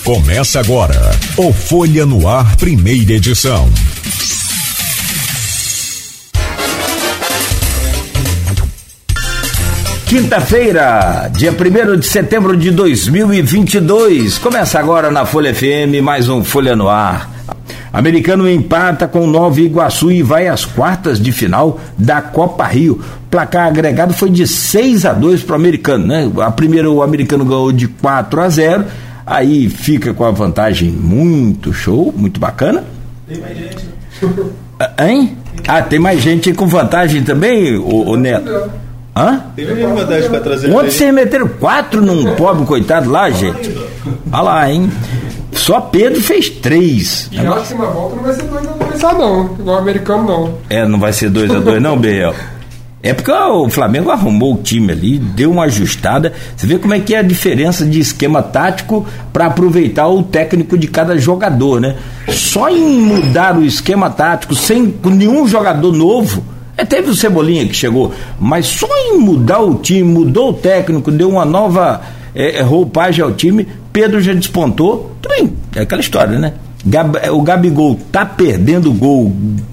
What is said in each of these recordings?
Começa agora o Folha no Ar, primeira edição. Quinta-feira, dia 1º de setembro de 2022. Começa agora na Folha FM, mais um Folha no Ar. Americano empata com Nova Iguaçu e vai às quartas de final da Copa Rio. O placar agregado foi de 6-2 para o Americano, né? A primeira o Americano ganhou de 4-0, aí fica com a vantagem muito show, muito bacana. Tem mais gente, né? Hein? Tem mais gente com vantagem também, o Neto? Hã? Teve uma vantagem para trazer. Ontem vocês meteram 4 num pobre coitado lá, gente. Olha lá, hein? Só Pedro fez 3. E a próxima volta não vai ser 2-2 não, igual o Americano não. Não vai ser 2-2 não, Biel. É porque o Flamengo arrumou o time ali, deu uma ajustada. Você vê como é que é a diferença de esquema tático para aproveitar o técnico de cada jogador, né? Só em mudar o esquema tático sem nenhum jogador novo. Teve o Cebolinha que chegou, mas só em mudar o time, mudou o técnico, deu uma nova roupagem ao time, Pedro já despontou. Também é aquela história, né? O Gabigol tá perdendo gol.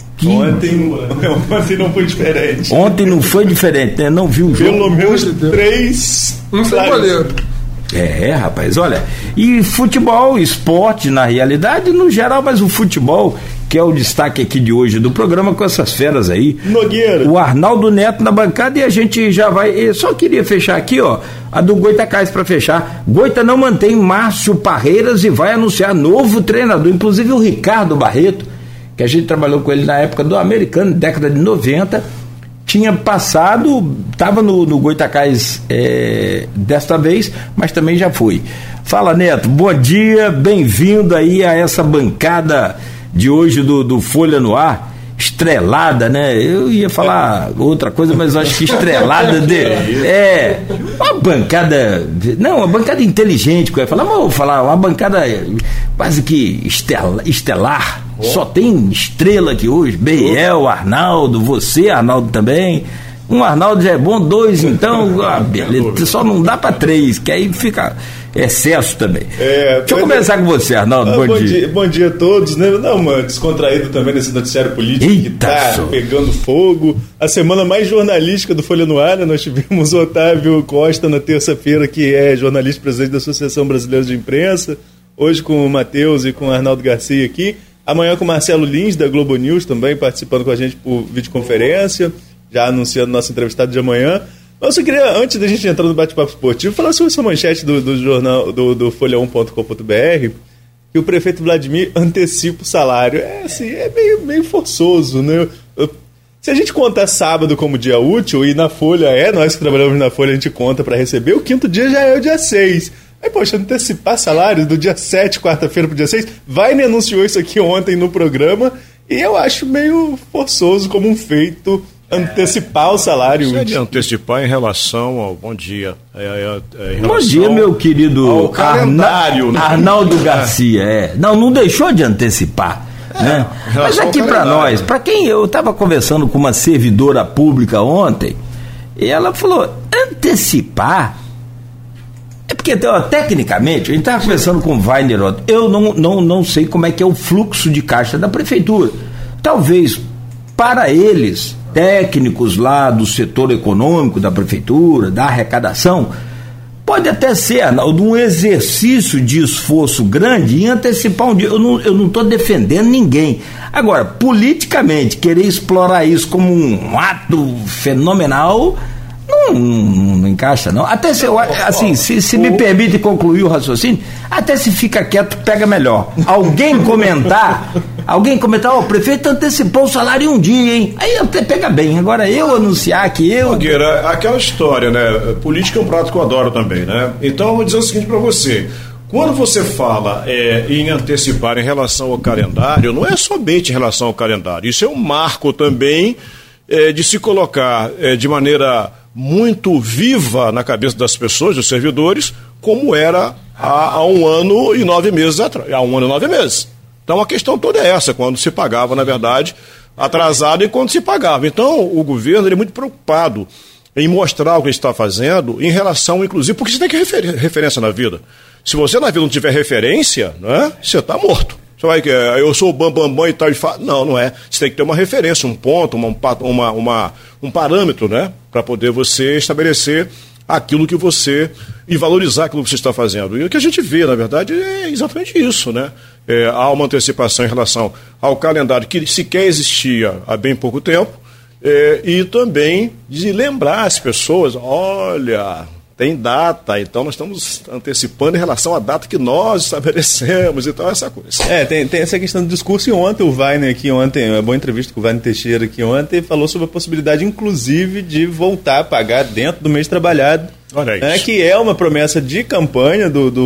Ontem não foi diferente. Ontem não foi diferente, né? Não viu o jogo. Pelo menos 3. Um sem goleiro. Rapaz, olha. E futebol, esporte, na realidade, no geral, mas o futebol, que é o destaque aqui de hoje do programa, com essas feras aí. Nogueira. O Arnaldo Neto na bancada, e a gente já vai. Eu só queria fechar aqui, ó, a do Goitacás para fechar. Goita não mantém Márcio Parreiras e vai anunciar novo treinador, inclusive o Ricardo Barreto, que a gente trabalhou com ele na época do Americano, década de 90. Tinha passado, estava no Goitacás desta vez, mas também já foi. Fala, Neto, bom dia, bem-vindo aí a essa bancada de hoje do Folha no Ar, estrelada, né? Eu ia falar outra coisa, mas acho que estrelada uma bancada, uma bancada inteligente, que eu ia falar, mas eu vou falar uma bancada quase que estelar. Só tem estrela aqui hoje, Biel, Arnaldo, você, Arnaldo também. Um Arnaldo já é bom, 2 então, beleza, só não dá para 3, que aí fica excesso também. Deixa eu começar com você, Arnaldo, bom dia. Bom dia a todos, né? Descontraído também nesse noticiário político. Eita, que tá pegando fogo. A semana mais jornalística do Folha no Ar, né? Nós tivemos o Otávio Costa na terça-feira, que é jornalista presidente da Associação Brasileira de Imprensa, hoje com o Matheus e com o Arnaldo Garcia aqui. Amanhã com o Marcelo Lins, da Globo News, também participando com a gente por videoconferência, já anunciando nosso entrevistado de amanhã. Mas eu queria, antes da gente entrar no bate-papo esportivo, falar sobre essa manchete do jornal do folha1.com.br, que o prefeito Vladimir antecipa o salário. É meio forçoso, né? Se a gente contar sábado como dia útil, e na Folha nós que trabalhamos na Folha, a gente conta para receber, o 5º dia já é o dia 6. Aí, poxa, antecipar salário do dia 7, quarta-feira, pro dia 6, Wagner anunciou isso aqui ontem no programa, e eu acho meio forçoso como um feito antecipar o salário. Você de antecipar em relação ao... Bom dia. Bom dia, meu querido calendário, Arnaldo Garcia. Não deixou de antecipar. Né? Mas aqui para nós, para quem eu estava conversando com uma servidora pública ontem, e ela falou, antecipar? Porque, tecnicamente, a gente estava conversando com o Wagner, eu não sei como é que é o fluxo de caixa da prefeitura. Talvez, para eles, técnicos lá do setor econômico da prefeitura, da arrecadação, pode até ser, Arnaldo, um exercício de esforço grande em antecipar um dia. Eu não estou defendendo ninguém. Agora, politicamente, querer explorar isso como um ato fenomenal... Não encaixa, não. Até se, assim, se me permite concluir o raciocínio, até se fica quieto, pega melhor. Alguém comentar, o prefeito antecipou o salário em um dia, hein? Aí até pega bem. Agora eu anunciar que eu... Nogueira, aquela história, né? Política é um prato que eu adoro também, né? Então eu vou dizer o seguinte pra você. Quando você fala em antecipar em relação ao calendário, não é somente em relação ao calendário. Isso é um marco também de se colocar de maneira muito viva na cabeça das pessoas, dos servidores, como era há 1 ano e 9 meses atrás. Há 1 ano e 9 meses. Então a questão toda é essa, quando se pagava, na verdade, atrasado e quando se pagava. Então o governo é muito preocupado em mostrar o que está fazendo em relação, inclusive, porque você tem que referência na vida. Se você na vida não tiver referência, né, você está morto. Você vai que eu sou o bambambam e tal. Não é. Você tem que ter uma referência, um ponto, um parâmetro, né, para poder você estabelecer aquilo que você e valorizar aquilo que você está fazendo. E o que a gente vê, na verdade, é exatamente isso, né? Há uma antecipação em relação ao calendário que sequer existia há bem pouco tempo, e também de lembrar as pessoas, olha, tem data, então nós estamos antecipando em relação à data que nós estabelecemos, então essa coisa. Tem essa questão do discurso, e ontem o Wagner aqui, uma boa entrevista com o Wagner Teixeira aqui ontem, falou sobre a possibilidade, inclusive, de voltar a pagar dentro do mês trabalhado, que é uma promessa de campanha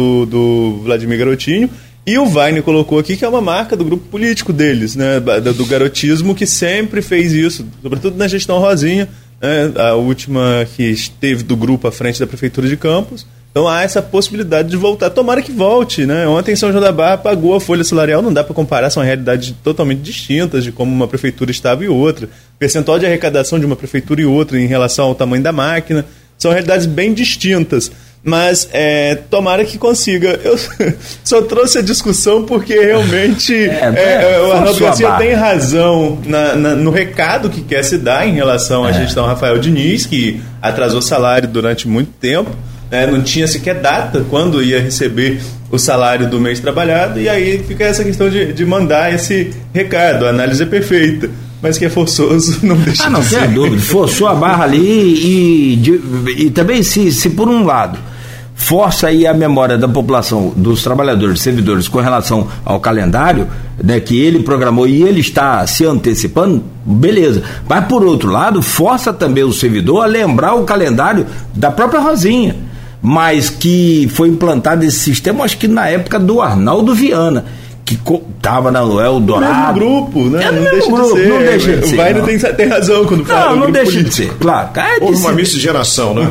do Vladimir Garotinho, e o Wagner colocou aqui que é uma marca do grupo político deles, né, do garotismo, que sempre fez isso, sobretudo na gestão Rosinha, a última que esteve do grupo à frente da Prefeitura de Campos. Então há essa possibilidade de voltar. Tomara que volte, né? Ontem São João da Barra pagou a folha salarial, não dá para comparar, são realidades totalmente distintas de como uma prefeitura estava e outra. Percentual de arrecadação de uma prefeitura e outra em relação ao tamanho da máquina, são realidades bem distintas. Mas tomara que consiga. Eu só trouxe a discussão porque realmente o Arnaldo Garcia tem razão no recado que quer se dar em relação à gestão Rafael Diniz, que atrasou salário durante muito tempo, não tinha sequer data quando ia receber o salário do mês trabalhado, e aí fica essa questão de mandar esse recado. A análise é perfeita, mas que é forçoso, não deixa de ser. Não tem dúvida, forçou a barra ali e também se por um lado força aí a memória da população, dos trabalhadores, servidores, com relação ao calendário, né, que ele programou e ele está se antecipando, beleza. Mas, por outro lado, força também o servidor a lembrar o calendário da própria Rosinha, mas que foi implantado esse sistema, acho que na época do Arnaldo Viana, que estava na Eldorado. No mesmo grupo, né? Não deixa de ser. O Wagner tem razão quando fala. Não deixa de ser, claro. Houve uma miscigenação, né?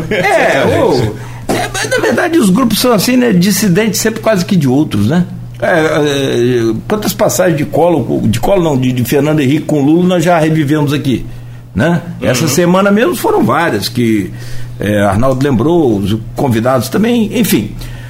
Mas na verdade os grupos são assim, né? Dissidentes sempre quase que de outros, né? Quantas passagens de Fernando Henrique com Lula nós já revivemos aqui, né? Essa semana mesmo foram várias que Arnaldo lembrou, os convidados também, enfim.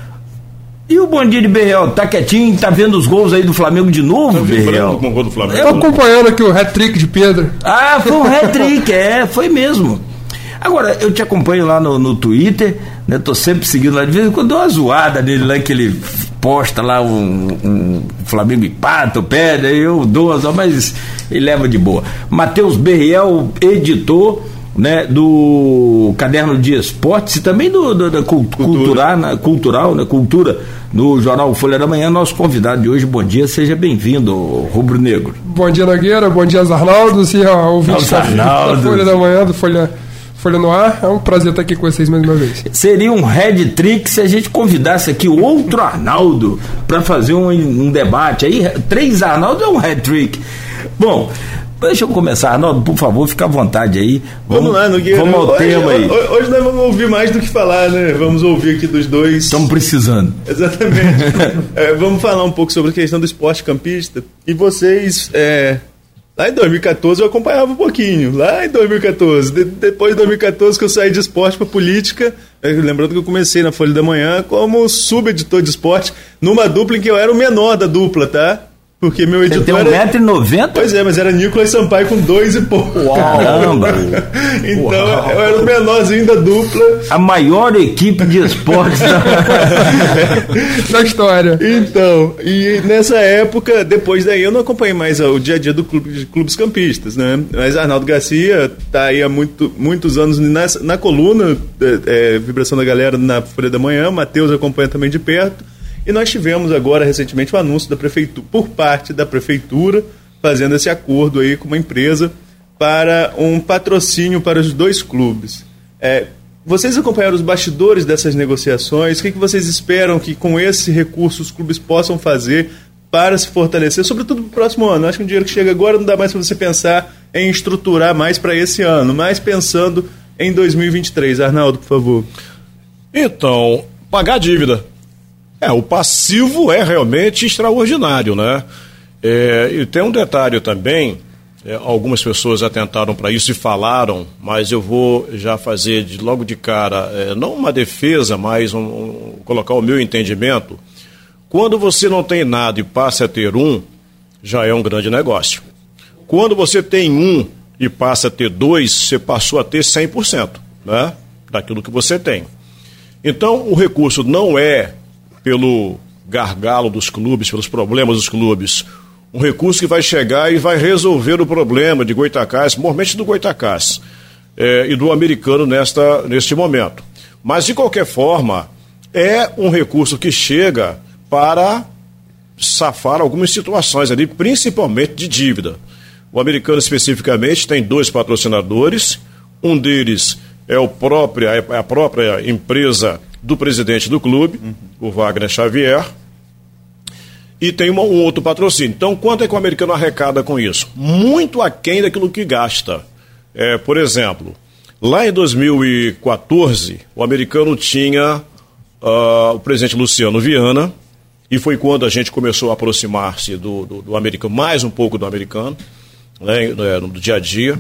E o bom dia de Berreal, tá quietinho, tá vendo os gols aí do Flamengo de novo, Berreal? Tô acompanhando aqui o hat-trick de Pedro. Foi um hat-trick, foi mesmo. Agora, eu te acompanho lá no Twitter, né? Tô sempre seguindo lá, de vez em quando dou uma zoada nele lá, que ele posta lá um Flamengo empata, perde, aí eu dou uma zoada, mas ele leva de boa. Matheus Berriel, editor, né, do Caderno de Esportes e também da Cultura, no jornal Folha da Manhã, nosso convidado de hoje. Bom dia, seja bem-vindo, Rubro Negro. Bom dia, Nogueira, bom dia, Arnaldo, ouvintes da Folha da Manhã, do Folha no Ar. É um prazer estar aqui com vocês mais uma vez. Seria um head trick se a gente convidasse aqui outro Arnaldo para fazer um debate aí. 3 Arnaldo é um head trick. Bom, deixa eu começar, Arnaldo, por favor, fica à vontade aí. Vamos lá, Nogueira. Vamos ao tema aí. Hoje nós vamos ouvir mais do que falar, né? Vamos ouvir aqui dos dois. Estamos precisando. Exatamente. Vamos falar um pouco sobre a questão do esporte campista. E vocês... Lá em 2014 eu acompanhava um pouquinho, lá em 2014, depois de 2014 que eu saí de esporte para política, lembrando que eu comecei na Folha da Manhã como subeditor de esporte, numa dupla em que eu era o menor da dupla, tá? Porque meu editor tem 1,90 m? Pois mas era Nicolas Sampaio com 2 e pouco. Caramba! Então eu era o menorzinho da dupla. A maior equipe de esportes da história. Então, e nessa época, depois daí eu não acompanhei mais o dia a dia do clubes campistas, né? Mas Arnaldo Garcia tá aí há muitos anos na coluna Vibração da Galera na Folha da Manhã, Matheus acompanha também de perto. E nós tivemos agora, recentemente, o anúncio da prefeitura, por parte da prefeitura, fazendo esse acordo aí com uma empresa para um patrocínio para os 2 clubes. Vocês acompanharam os bastidores dessas negociações? O que vocês esperam que com esse recurso os clubes possam fazer para se fortalecer, sobretudo no próximo ano? Acho que o dinheiro que chega agora não dá mais para você pensar em estruturar mais para esse ano, mas pensando em 2023. Arnaldo, por favor. Então, pagar a dívida. O passivo é realmente extraordinário, né? E tem um detalhe também, algumas pessoas atentaram para isso e falaram, mas eu vou já fazer logo de cara, não uma defesa, mas colocar o meu entendimento. Quando você não tem nada e passa a ter um, já é um grande negócio. Quando você tem um e passa a ter dois, você passou a ter 100%, né, daquilo que você tem. Então, o recurso não é pelo gargalo dos clubes, pelos problemas dos clubes, um recurso que vai chegar e vai resolver o problema de Goytacás, mormente do Goytacás e do Americano neste momento. Mas, de qualquer forma, é um recurso que chega para safar algumas situações ali, principalmente de dívida. O Americano, especificamente, tem 2 patrocinadores, um deles é a própria empresa do presidente do clube, o Wagner Xavier, e tem um outro patrocínio. Então, quanto é que o Americano arrecada com isso? Muito aquém daquilo que gasta. Por exemplo, lá em 2014, o Americano tinha o presidente Luciano Viana, e foi quando a gente começou a aproximar-se do Americano, mais um pouco do Americano, né, no dia a dia.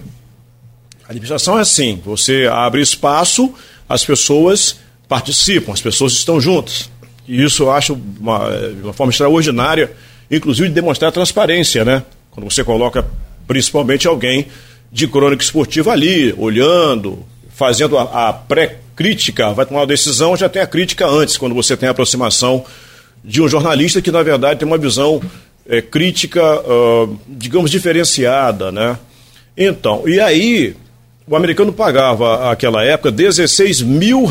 A administração é assim, você abre espaço, as pessoas participam, as pessoas estão juntas. E isso eu acho uma forma extraordinária, inclusive de demonstrar transparência, né? Quando você coloca principalmente alguém de crônica esportiva ali, olhando, fazendo a pré-crítica, vai tomar uma decisão, já tem a crítica antes, quando você tem a aproximação de um jornalista que, na verdade, tem uma visão crítica, digamos, diferenciada, né? Então, e aí, o Americano pagava, naquela época, R$16 mil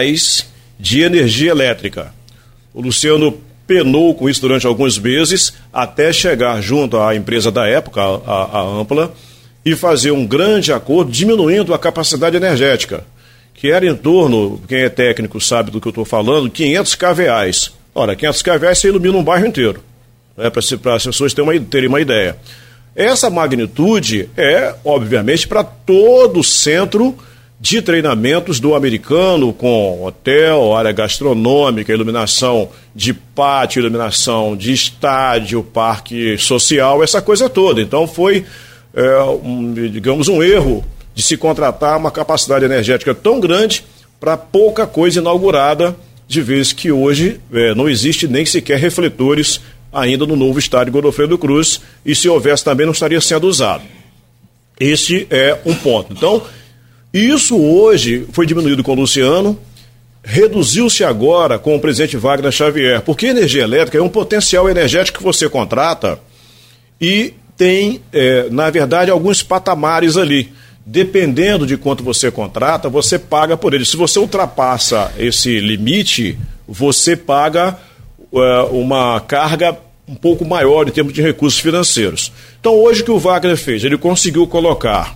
de energia elétrica. O Luciano penou com isso durante alguns meses, até chegar junto à empresa da época, a Ampla, e fazer um grande acordo, diminuindo a capacidade energética, que era em torno, quem é técnico sabe do que eu estou falando, 500 kVA. Ora, 500 kVA você ilumina um bairro inteiro, né, para as pessoas terem uma ideia. Essa magnitude é, obviamente, para todo o centro de treinamentos do Americano, com hotel, área gastronômica, iluminação de pátio, iluminação de estádio, parque social, essa coisa toda. Então foi, digamos, um erro de se contratar uma capacidade energética tão grande para pouca coisa inaugurada, de vez que hoje não existe nem sequer refletores ainda no novo estádio Godofredo Cruz, e se houvesse também não estaria sendo usado. Este é um ponto. Então, isso hoje foi diminuído com o Luciano, reduziu-se agora com o presidente Wagner Xavier, porque energia elétrica é um potencial energético que você contrata e tem, na verdade, alguns patamares ali. Dependendo de quanto você contrata, você paga por ele. Se você ultrapassa esse limite, você paga uma carga um pouco maior em termos de recursos financeiros. Então, hoje o que o Wagner fez? Ele conseguiu colocar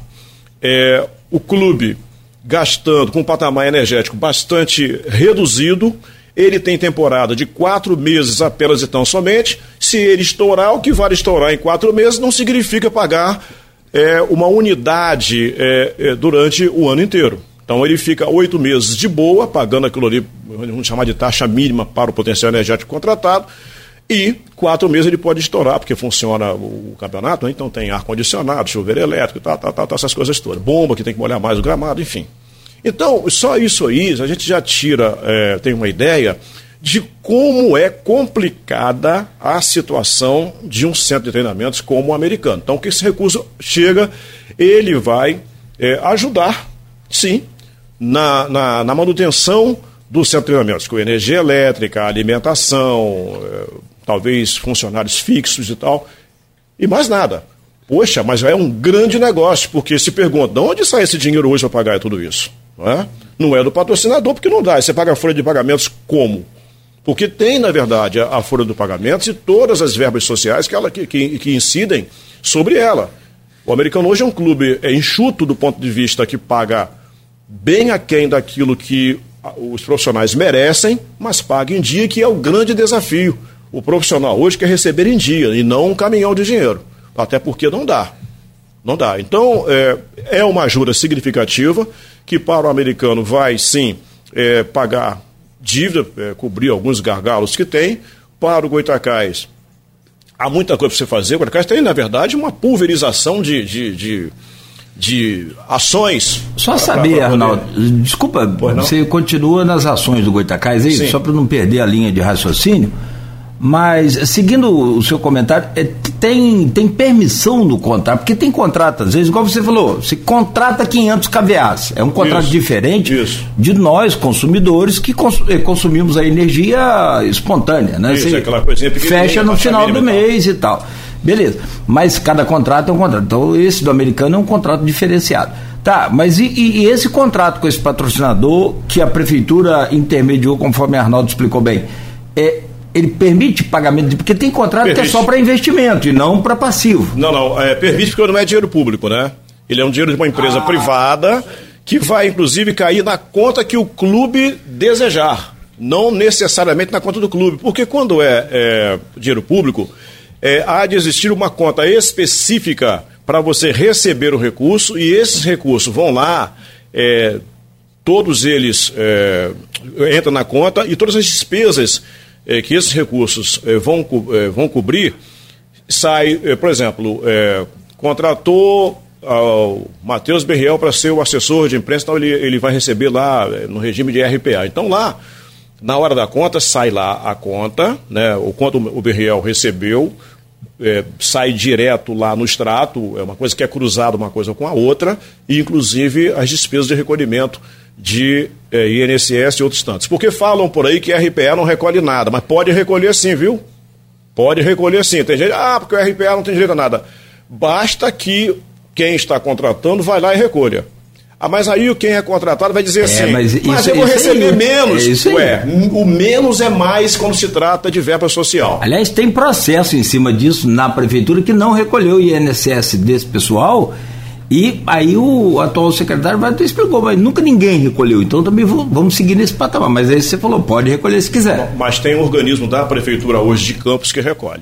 o clube gastando com um patamar energético bastante reduzido. Ele tem temporada de 4 meses apenas e tão somente. Se ele estourar, o que vale estourar em 4 meses não significa pagar uma unidade durante o ano inteiro. Então ele fica 8 meses de boa, pagando aquilo ali, vamos chamar de taxa mínima para o potencial energético contratado, e 4 meses ele pode estourar, porque funciona o campeonato, né? Então tem ar-condicionado, chuveiro elétrico, essas coisas todas, bomba que tem que molhar mais o gramado, enfim. Então, só isso aí, a gente já tem uma ideia de como é complicada a situação de um centro de treinamentos como o Americano. Então, que esse recurso chega, ele vai ajudar, sim, na manutenção do centro de treinamentos, com energia elétrica, alimentação, talvez funcionários fixos e tal, e mais nada. Poxa, mas é um grande negócio, porque se pergunta, de onde sai esse dinheiro hoje para pagar tudo isso? Não é do patrocinador, porque não dá. Você paga a folha de pagamentos como? Porque tem, na verdade, a folha de pagamentos e todas as verbas sociais que incidem sobre ela. O Americano hoje é um clube enxuto do ponto de vista que paga bem aquém daquilo que os profissionais merecem, mas paga em dia, que é o grande desafio. O profissional hoje quer receber em dia e não um caminhão de dinheiro, até porque não dá. Não dá. Então, é uma ajuda significativa que para o Americano vai, sim, pagar dívida, cobrir alguns gargalos que tem. Para o Goytacás, há muita coisa para você fazer. O Goitacás tem, na verdade, uma pulverização de ações. Só saber, Arnaldo, desculpa, você continua nas ações do Goitacás aí, só para não perder a linha de raciocínio, mas seguindo o seu comentário, tem permissão no contrato, porque tem contrato, às vezes, igual você falou, se contrata 500 kVA, é um contrato diferente de nós, consumidores, que consumimos a energia espontânea, né? Isso, aquela coisinha pequenininha, fecha no final do mês e tal. Beleza, mas cada contrato é um contrato. Então esse do americano é um contrato diferenciado. Tá, mas e esse contrato com esse patrocinador que a prefeitura intermediou, conforme a Arnaldo explicou bem, ele permite pagamento, porque tem contrato que é só para investimento e não para passivo. Não, permite porque não é dinheiro público, né? Ele é um dinheiro de uma empresa privada que vai inclusive cair na conta que o clube desejar, não necessariamente na conta do clube, porque quando é dinheiro público, há de existir uma conta específica para você receber o recurso, e esses recursos vão lá, todos eles entram na conta, e todas as despesas que esses recursos vão cobrir, sai, por exemplo, contratou ao Matheus Berriel para ser o assessor de imprensa, então ele vai receber lá no regime de RPA. Então lá, na hora da conta, sai lá a conta, né, o quanto o Berriel recebeu, sai direto lá no extrato, é uma coisa que é cruzada uma coisa com a outra, e inclusive as despesas de recolhimento de INSS e outros tantos. Porque falam por aí que a RPA não recolhe nada, mas pode recolher sim, viu? Pode recolher sim. Tem gente, porque o RPA não tem direito a nada. Basta que quem está contratando vai lá e recolha. Mas aí quem é contratado vai dizer assim, mas eu vou receber menos. O menos é mais quando se trata de verba social. Aliás, tem processo em cima disso na prefeitura que não recolheu o INSS desse pessoal, e aí o atual secretário vai explicou, mas nunca ninguém recolheu, então também vamos seguir nesse patamar. Mas aí você falou, pode recolher se quiser. Mas tem um organismo da prefeitura hoje de Campos que recolhe.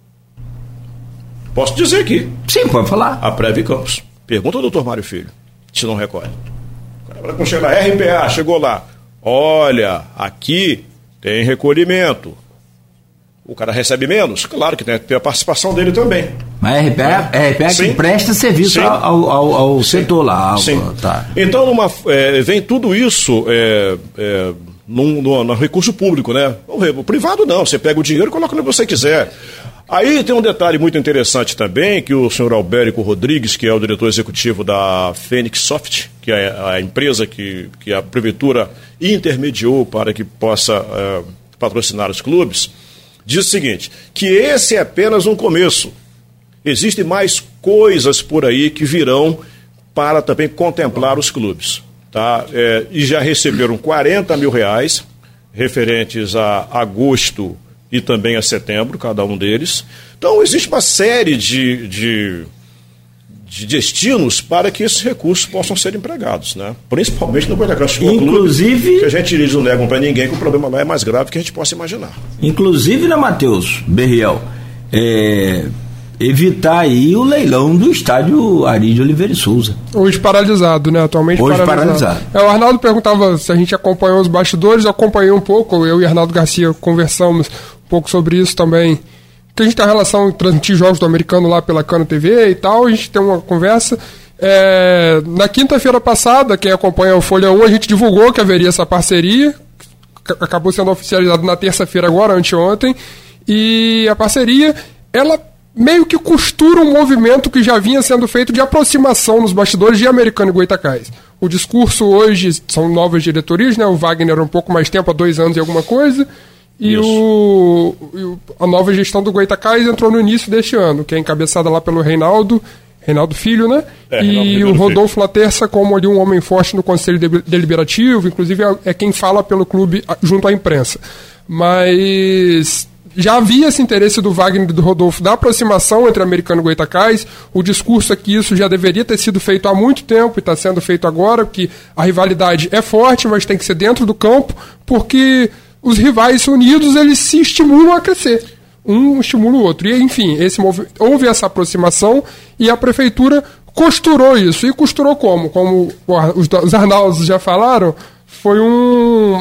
Posso dizer aqui. Sim, pode falar. A Prev Campos. Pergunta ao doutor Mário Filho se não recolhe. Quando chega lá, RPA, chegou lá, olha, aqui tem recolhimento. O cara recebe menos? Claro que tem a participação dele também. Mas a RPA que presta serviço ao setor lá. Tá. Então, vem tudo isso no recurso público, né? O privado não, você pega o dinheiro e coloca onde você quiser. Aí tem um detalhe muito interessante também, que o senhor Albérico Rodrigues, que é o diretor executivo da Fênix Soft, que é a empresa que a prefeitura intermediou para que possa patrocinar os clubes, diz o seguinte, que esse é apenas um começo. Existem mais coisas por aí que virão para também contemplar os clubes. Tá? E já receberam R$40 mil referentes a agosto e também a setembro, cada um deles. Então, existe uma série de destinos para que esses recursos possam ser empregados, né? Principalmente no Goitacás Inclusive, Clube, que a gente eles não negam para ninguém, que o problema lá é mais grave que a gente possa imaginar. Inclusive, né, Matheus Berriel, evitar aí o leilão do estádio Ari de Oliveira e Souza. Hoje paralisado, né? Atualmente paralisado. O Arnaldo perguntava se a gente acompanhou os bastidores, eu acompanhei um pouco, eu e Arnaldo Garcia conversamos um pouco sobre isso também, porque a gente tem a relação de transmitir jogos do americano lá pela Cano TV e tal, a gente tem uma conversa. Na quinta-feira passada, quem acompanha o Folha 1, a gente divulgou que haveria essa parceria, acabou sendo oficializado na terça-feira agora, anteontem, e a parceria, ela meio que costura um movimento que já vinha sendo feito de aproximação nos bastidores de Americano e Goitacás. O discurso hoje são novas diretorias, né? O Wagner um pouco mais tempo, há 2 anos e alguma coisa, e a nova gestão do Goitacás entrou no início deste ano, que é encabeçada lá pelo Reinaldo Filho, né? E o Rodolfo Laterça como ali um homem forte no Conselho Deliberativo, inclusive é quem fala pelo clube junto à imprensa. Mas já havia esse interesse do Wagner e do Rodolfo da aproximação entre Americano e Goitacás. O discurso é que isso já deveria ter sido feito há muito tempo e está sendo feito agora, porque a rivalidade é forte, mas tem que ser dentro do campo, porque os rivais unidos, eles se estimulam a crescer. Um estimula o outro. E, enfim, houve essa aproximação e a prefeitura costurou isso. E costurou como? Como os Arnaldos já falaram, foi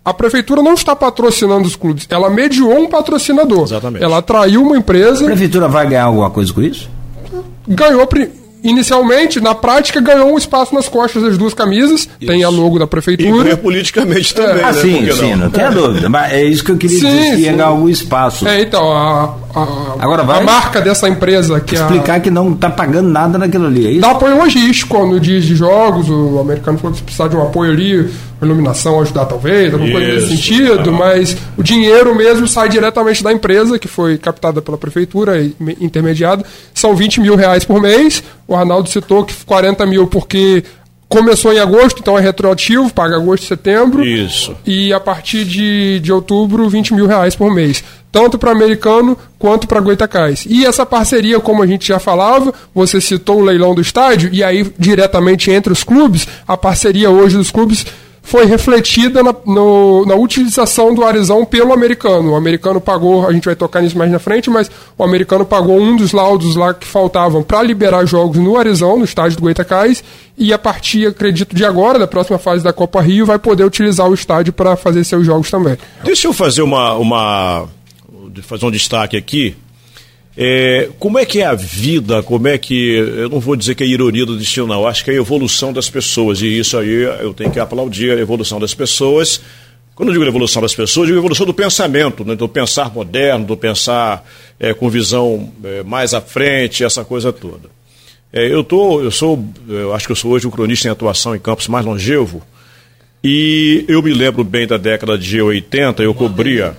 a prefeitura não está patrocinando os clubes, ela mediou um patrocinador. Exatamente. Ela atraiu uma empresa... A prefeitura vai ganhar alguma coisa com isso? Ganhou... Inicialmente, na prática, ganhou um espaço nas costas das duas camisas. Isso. Tem a logo da prefeitura. E politicamente também, né? Sim, não tem a dúvida. Mas é isso que eu queria dizer, que ia ganhar algum espaço. Então, Agora vai a marca dessa empresa... explicar que não está pagando nada naquilo ali, é isso? Dá apoio logístico no dia de jogos, o americano falou que se precisar de um apoio ali, iluminação ajudar talvez, alguma coisa nesse sentido, mas o dinheiro mesmo sai diretamente da empresa, que foi captada pela prefeitura e intermediada. São R$20 mil por mês. O Arnaldo citou que 40 mil porque começou em agosto, então é retroativo, paga agosto e setembro. Isso. E a partir de outubro, R$20 mil por mês. Tanto para americano quanto para Goytacás. E essa parceria, como a gente já falava, você citou o leilão do estádio, e aí diretamente entre os clubes, a parceria hoje dos clubes foi refletida na utilização do Arizão pelo americano. O americano pagou, a gente vai tocar nisso mais na frente, mas o americano pagou um dos laudos lá que faltavam para liberar jogos no Arizão, no estádio do Goytacás, e a partir, acredito, de agora, da próxima fase da Copa Rio, vai poder utilizar o estádio para fazer seus jogos também. Deixa eu fazer fazer um destaque aqui. Como é que é a vida, como é que, eu não vou dizer que é ironia do destino não, acho que é a evolução das pessoas, e isso aí eu tenho que aplaudir a evolução das pessoas. Quando eu digo evolução das pessoas, eu digo evolução do pensamento, né, do pensar moderno, do pensar com visão mais à frente, essa coisa toda. Eu acho que eu sou hoje o cronista em atuação em campos mais longevo, e eu me lembro bem da década de 80, eu cobria...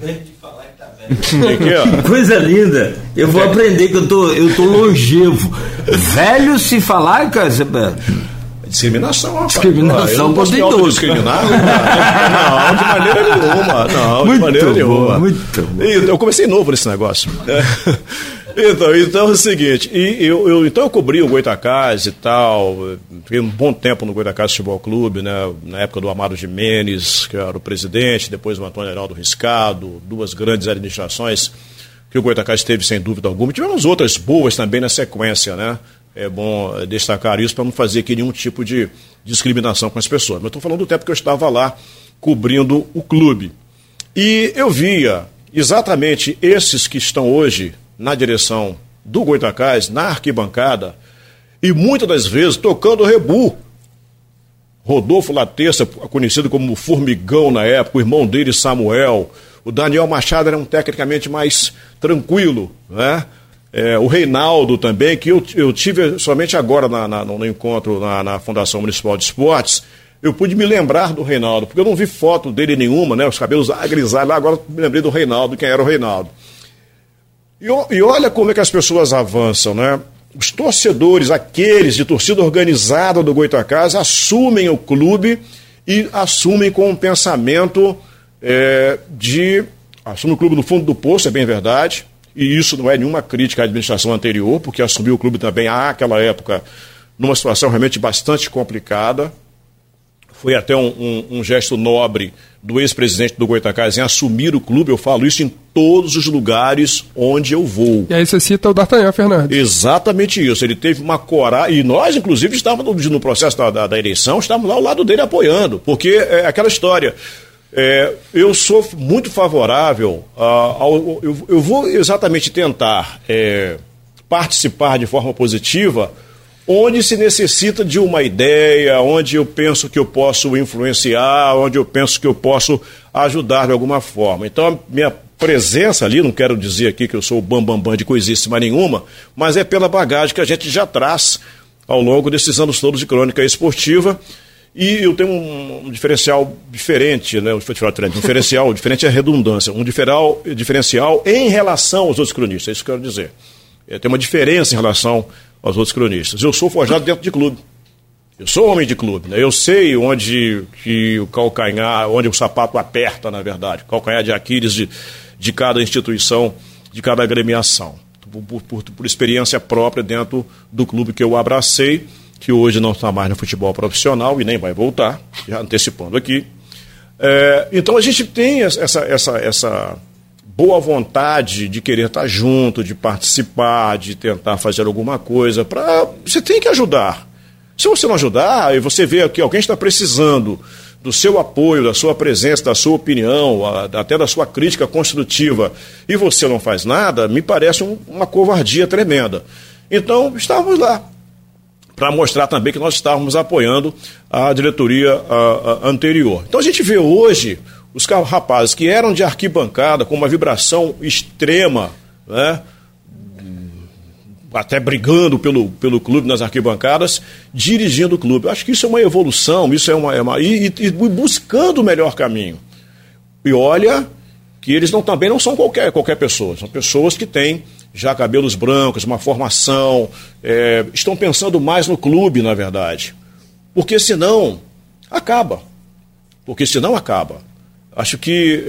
Coisa linda. Eu vou aprender que eu tô longevo. Velho se falar, cara. Discriminação, rapaz. Discriminação contra todos. Não, de maneira nenhuma. Não, de maneira nenhuma. Muito bom. Eu comecei novo nesse negócio. Então é o seguinte, então eu cobri o Goytacás e tal, fiquei um bom tempo no Goytacás Futebol Clube, né, na época do Amaro Gimenez, que era o presidente, depois o Antônio Heraldo Riscado, duas grandes administrações que o Goytacás teve sem dúvida alguma. Tivemos outras boas também na sequência, né? É bom destacar isso para não fazer aqui nenhum tipo de discriminação com as pessoas. Mas estou falando do tempo que eu estava lá cobrindo o clube. E eu via exatamente esses que estão hoje na direção do Goytacás, na arquibancada, e muitas das vezes tocando rebu. Rodolfo Laterça, conhecido como Formigão na época, o irmão dele, Samuel, o Daniel Machado era tecnicamente mais tranquilo, né? O Reinaldo também, que eu tive somente agora no encontro na Fundação Municipal de Esportes, eu pude me lembrar do Reinaldo, porque eu não vi foto dele nenhuma, né? Os cabelos grisalhos lá, agora me lembrei do Reinaldo, quem era o Reinaldo. E olha como é que as pessoas avançam, né? Os torcedores, aqueles de torcida organizada do Goytacás, assumem o clube e assumem com um pensamento assumem o clube no fundo do poço, é bem verdade, e isso não é nenhuma crítica à administração anterior, porque assumiu o clube também àquela época numa situação realmente bastante complicada. Foi até um gesto nobre do ex-presidente do Goytacás em assumir o clube. Eu falo isso em todos os lugares onde eu vou. E aí você cita o D'Artagnan Fernandes. Exatamente isso. Ele teve uma coragem, e nós, inclusive, estávamos no processo da eleição, estávamos lá ao lado dele apoiando, porque é aquela história. Eu sou muito favorável eu vou exatamente tentar participar de forma positiva onde se necessita de uma ideia, onde eu penso que eu posso influenciar, onde eu penso que eu posso ajudar de alguma forma. Então, a minha presença ali, não quero dizer aqui que eu sou o bambambam de coisíssima nenhuma, mas é pela bagagem que a gente já traz ao longo desses anos todos de crônica esportiva, e eu tenho um diferencial diferente, né? Diferente é a redundância, um diferencial em relação aos outros cronistas, é isso que eu quero dizer. Tem uma diferença em relação aos outros cronistas. Eu sou forjado dentro de clube. Eu sou homem de clube, né? Eu sei onde que o calcanhar, onde o sapato aperta, na verdade, o calcanhar de Aquiles de cada instituição, de cada agremiação. Por experiência própria dentro do clube que eu abracei, que hoje não está mais no futebol profissional e nem vai voltar, já antecipando aqui. Então a gente tem essa boa vontade de querer estar junto, de participar, de tentar fazer alguma coisa. Você tem que ajudar. Se você não ajudar, e você vê que alguém está precisando do seu apoio, da sua presença, da sua opinião, até da sua crítica construtiva, e você não faz nada, me parece uma covardia tremenda. Então, estávamos lá para mostrar também que nós estávamos apoiando a diretoria anterior. Então, a gente vê hoje os rapazes que eram de arquibancada com uma vibração extrema, né, até brigando pelo clube nas arquibancadas, dirigindo o clube. Eu acho que isso é uma evolução, isso e buscando o melhor caminho. E olha que eles também não são qualquer pessoa, são pessoas que têm já cabelos brancos, uma formação, estão pensando mais no clube, na verdade. Porque senão acaba. Acho que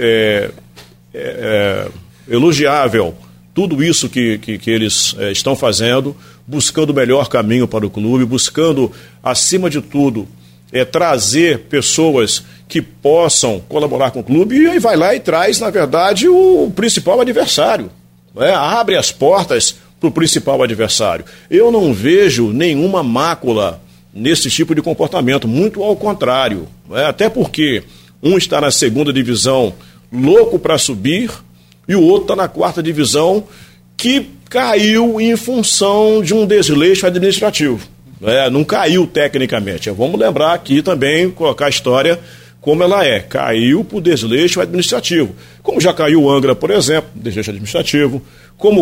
é elogiável tudo isso que eles estão fazendo, buscando o melhor caminho para o clube, buscando, acima de tudo, trazer pessoas que possam colaborar com o clube, e aí vai lá e traz, na verdade, o principal adversário. Abre as portas para o principal adversário. Eu não vejo nenhuma mácula nesse tipo de comportamento, muito ao contrário. Até porque um está na 2ª divisão louco para subir, e o outro está na 4ª divisão, que caiu em função de um desleixo administrativo. Não caiu tecnicamente. Vamos lembrar aqui também, colocar a história como ela é. Caiu por desleixo administrativo. Como já caiu o Angra, por exemplo, desleixo administrativo. Como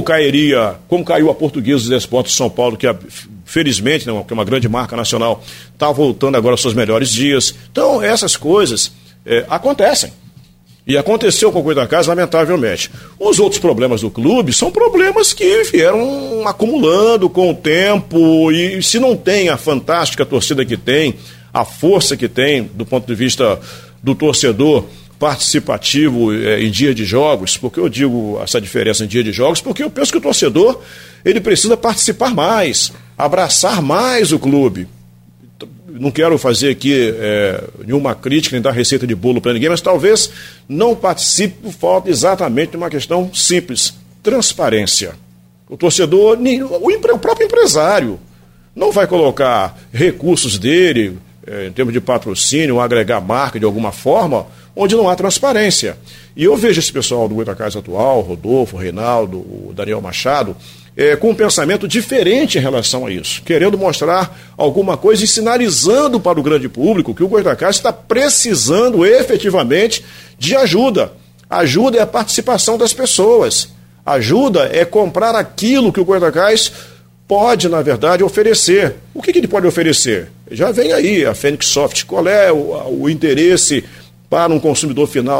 caiu a Portuguesa dos Esportes de São Paulo, que felizmente, que é uma grande marca nacional, está voltando agora aos seus melhores dias. Então, essas coisas acontecem. E aconteceu com o Goitacazes, lamentavelmente. Os outros problemas do clube são problemas que vieram acumulando com o tempo, e se não tem a fantástica torcida que tem, a força que tem do ponto de vista do torcedor participativo em dia de jogos, porque eu digo essa diferença em dia de jogos, porque eu penso que o torcedor ele precisa participar mais, abraçar mais o clube. Não quero fazer aqui nenhuma crítica, nem dar receita de bolo para ninguém, mas talvez não participe por falta exatamente de uma questão simples: transparência. O torcedor, o próprio empresário, não vai colocar recursos dele, em termos de patrocínio, agregar marca de alguma forma, onde não há transparência. E eu vejo esse pessoal do Goitacazes atual, Rodolfo, Reinaldo, o Daniel Machado, com um pensamento diferente em relação a isso, querendo mostrar alguma coisa e sinalizando para o grande público que o Goitacazes está precisando efetivamente de ajuda. Ajuda é a participação das pessoas. Ajuda é comprar aquilo que o Goitacazes pode, na verdade, oferecer. O que ele pode oferecer? Já vem aí a Fênix Soft. Qual é o interesse para um consumidor final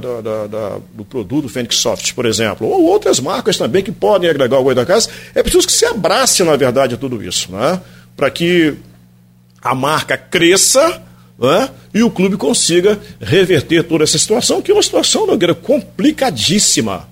do produto Fênix Soft, por exemplo, ou outras marcas também que podem agregar ao Goitacazes? É preciso que se abrace, na verdade, a tudo isso, né? Para que a marca cresça, né? E o clube consiga reverter toda essa situação, que é uma situação, Nogueira, complicadíssima.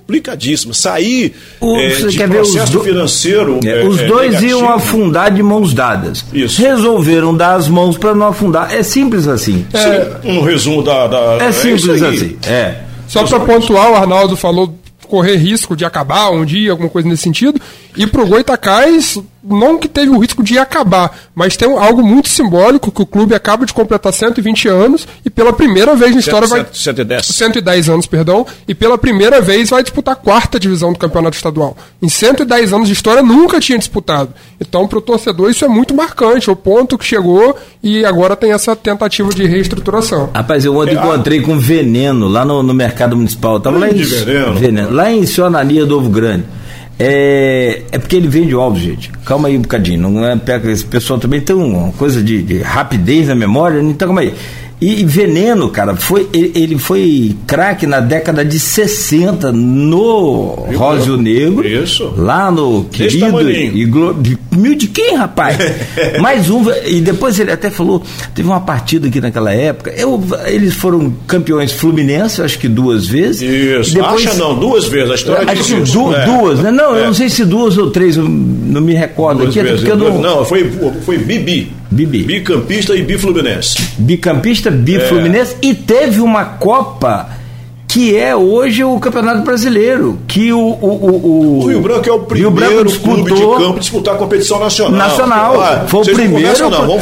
Sair de processo financeiro. Os dois negativo. Iam afundar de mãos dadas. Isso. Resolveram dar as mãos para não afundar. É simples assim. Um resumo É simples assim. Só para pontuar, o Arnaldo falou correr risco de acabar um dia, alguma coisa nesse sentido. E pro Goitacazes, não que teve o risco de acabar, mas tem algo muito simbólico, que o clube acaba de completar 120 anos e pela primeira vez na história 110 anos, perdão, e pela primeira vez vai disputar a 4ª divisão do campeonato estadual. Em 110 anos de história nunca tinha disputado. Então, pro torcedor, isso é muito marcante, o ponto que chegou, e agora tem essa tentativa de reestruturação. Rapaz, eu ontem encontrei com Veneno lá no mercado municipal. Eu tava lá em Veneno, lá em Sionaria do Ovo Grande. É porque ele vende ovos, gente. Calma aí um bocadinho. Não é, esse pessoal também tem uma coisa de rapidez na memória. Então, calma aí. E Veneno, cara, ele foi craque na década de 60 no Róseo Negro. Isso. Lá no querido de quem, rapaz? Mais um. E depois ele até falou, teve uma partida aqui naquela época. Eles foram campeões fluminenses, acho que 2 vezes. Isso. Depois, duas vezes. A história diz isso. Duas, né? Não, eu não sei se 2 ou 3, eu não me recordo aqui. Não, foi Bibi. Bicampista e Bifluminense. Bicampistas, Bifluminense, e teve uma Copa que é hoje o Campeonato Brasileiro, que o Rio Branco é o primeiro clube de campo a disputar a competição nacional. Foi o primeiro.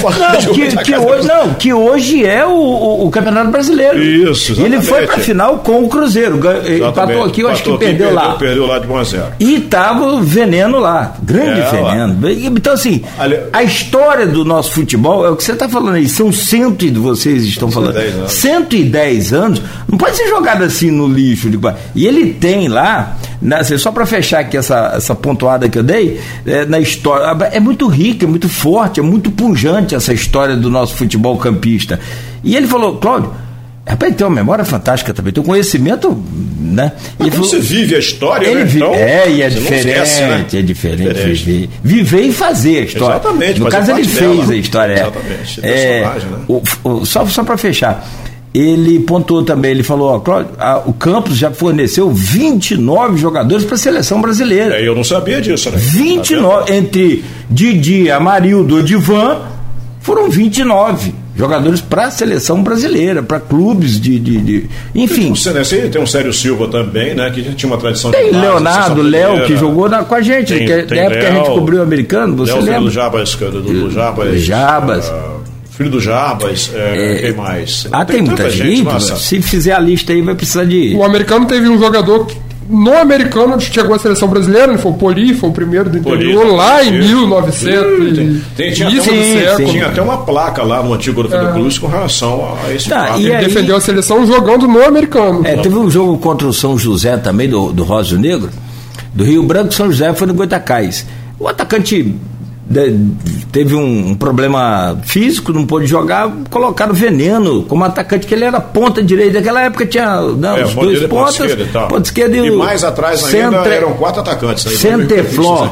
Que hoje é o Campeonato Brasileiro. Isso, exatamente. Ele foi para a final com o Cruzeiro, empatou aqui, eu acho que perdeu lá. Perdeu lá de 1-0. E tava o veneno lá, grande veneno. Então assim, a história do nosso futebol é o que você está falando aí, são vocês estão falando, 110 anos, não pode ser jogado assim no lixo. E ele tem lá, só para fechar aqui essa pontuada que eu dei, na história, é muito rica, é muito forte, é muito pujante essa história do nosso futebol campista. E ele falou, Cláudio, rapaz, tem uma memória fantástica também, tem um conhecimento, né? Mas quando você vive a história, então, e é diferente, esquece, né? É diferente. Viver e fazer a história. Exatamente. No caso, ele fez a história. Exatamente. Né? Só para fechar, ele pontuou também, ele falou, Cláudio, o Campos já forneceu 29 jogadores para a seleção brasileira. Eu não sabia disso, né? 29, entre Didi, Amarildo, Odivan, foram 29 jogadores para a seleção brasileira, para clubes enfim. Tem um Célio Silva também, né? Que tinha uma tradição de Leonardo, Léo, que jogou com a gente, na época que a gente cobriu o americano, você lembra? Do Jabas. Filho do Jabas, quem mais? Tem muita gente. Se fizer a lista aí, vai precisar de. O americano teve um jogador que, no americano, chegou à seleção brasileira, foi o Poli, foi o primeiro do interior, lá em 1900. Tinha até uma placa lá no antigo Orfeu Cruz com relação a esse fato. Ele defendeu a seleção jogando no americano. Teve um jogo contra o São José também, do Rosa Negro, do Rio Branco. São José foi no Goitacás. O atacante teve um problema físico, não pôde jogar, colocaram veneno como atacante, que ele era ponta direita. Naquela época tinha os dois pontas, ponta esquerda e mais atrás ainda eram 4 atacantes. Centerflor.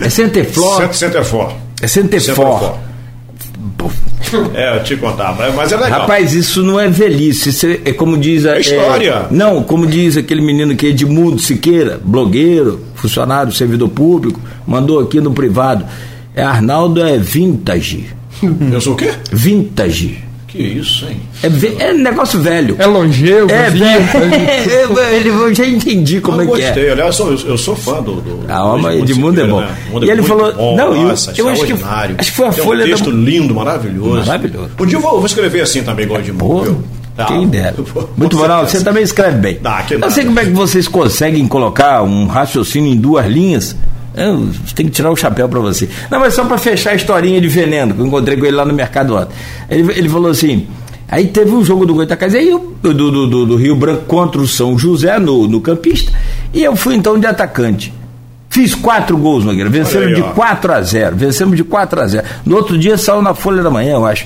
Eu te contava, mas é legal. Rapaz, isso não é velhice, isso é como diz a história. Como diz aquele menino que é Edmundo Siqueira, blogueiro, funcionário, servidor público, mandou aqui no privado. Arnaldo é vintage. Eu sou o quê? Vintage. Que isso, hein? É negócio velho. É longevo. Eu já entendi como é que é. Gostei, aliás, eu sou fã do Edmundo é bom. Né? E ele falou, eu acho que foi a Folha um texto lindo, maravilhoso. Um dia eu vou escrever assim também, igual Edmundo. Quem dera. Muito bom, você também escreve bem. Não sei como é que vocês conseguem colocar um raciocínio em 2 linhas. Tem que tirar o chapéu pra você. Não, mas só pra fechar a historinha de veneno, que eu encontrei com ele lá no mercado ontem. Ele falou assim, aí teve um jogo do Goitacás, aí do Rio Branco contra o São José no campista, e eu fui então de atacante. Fiz 4 gols, Nogueira, vencemos de 4-0. No outro dia saiu na Folha da Manhã, eu acho.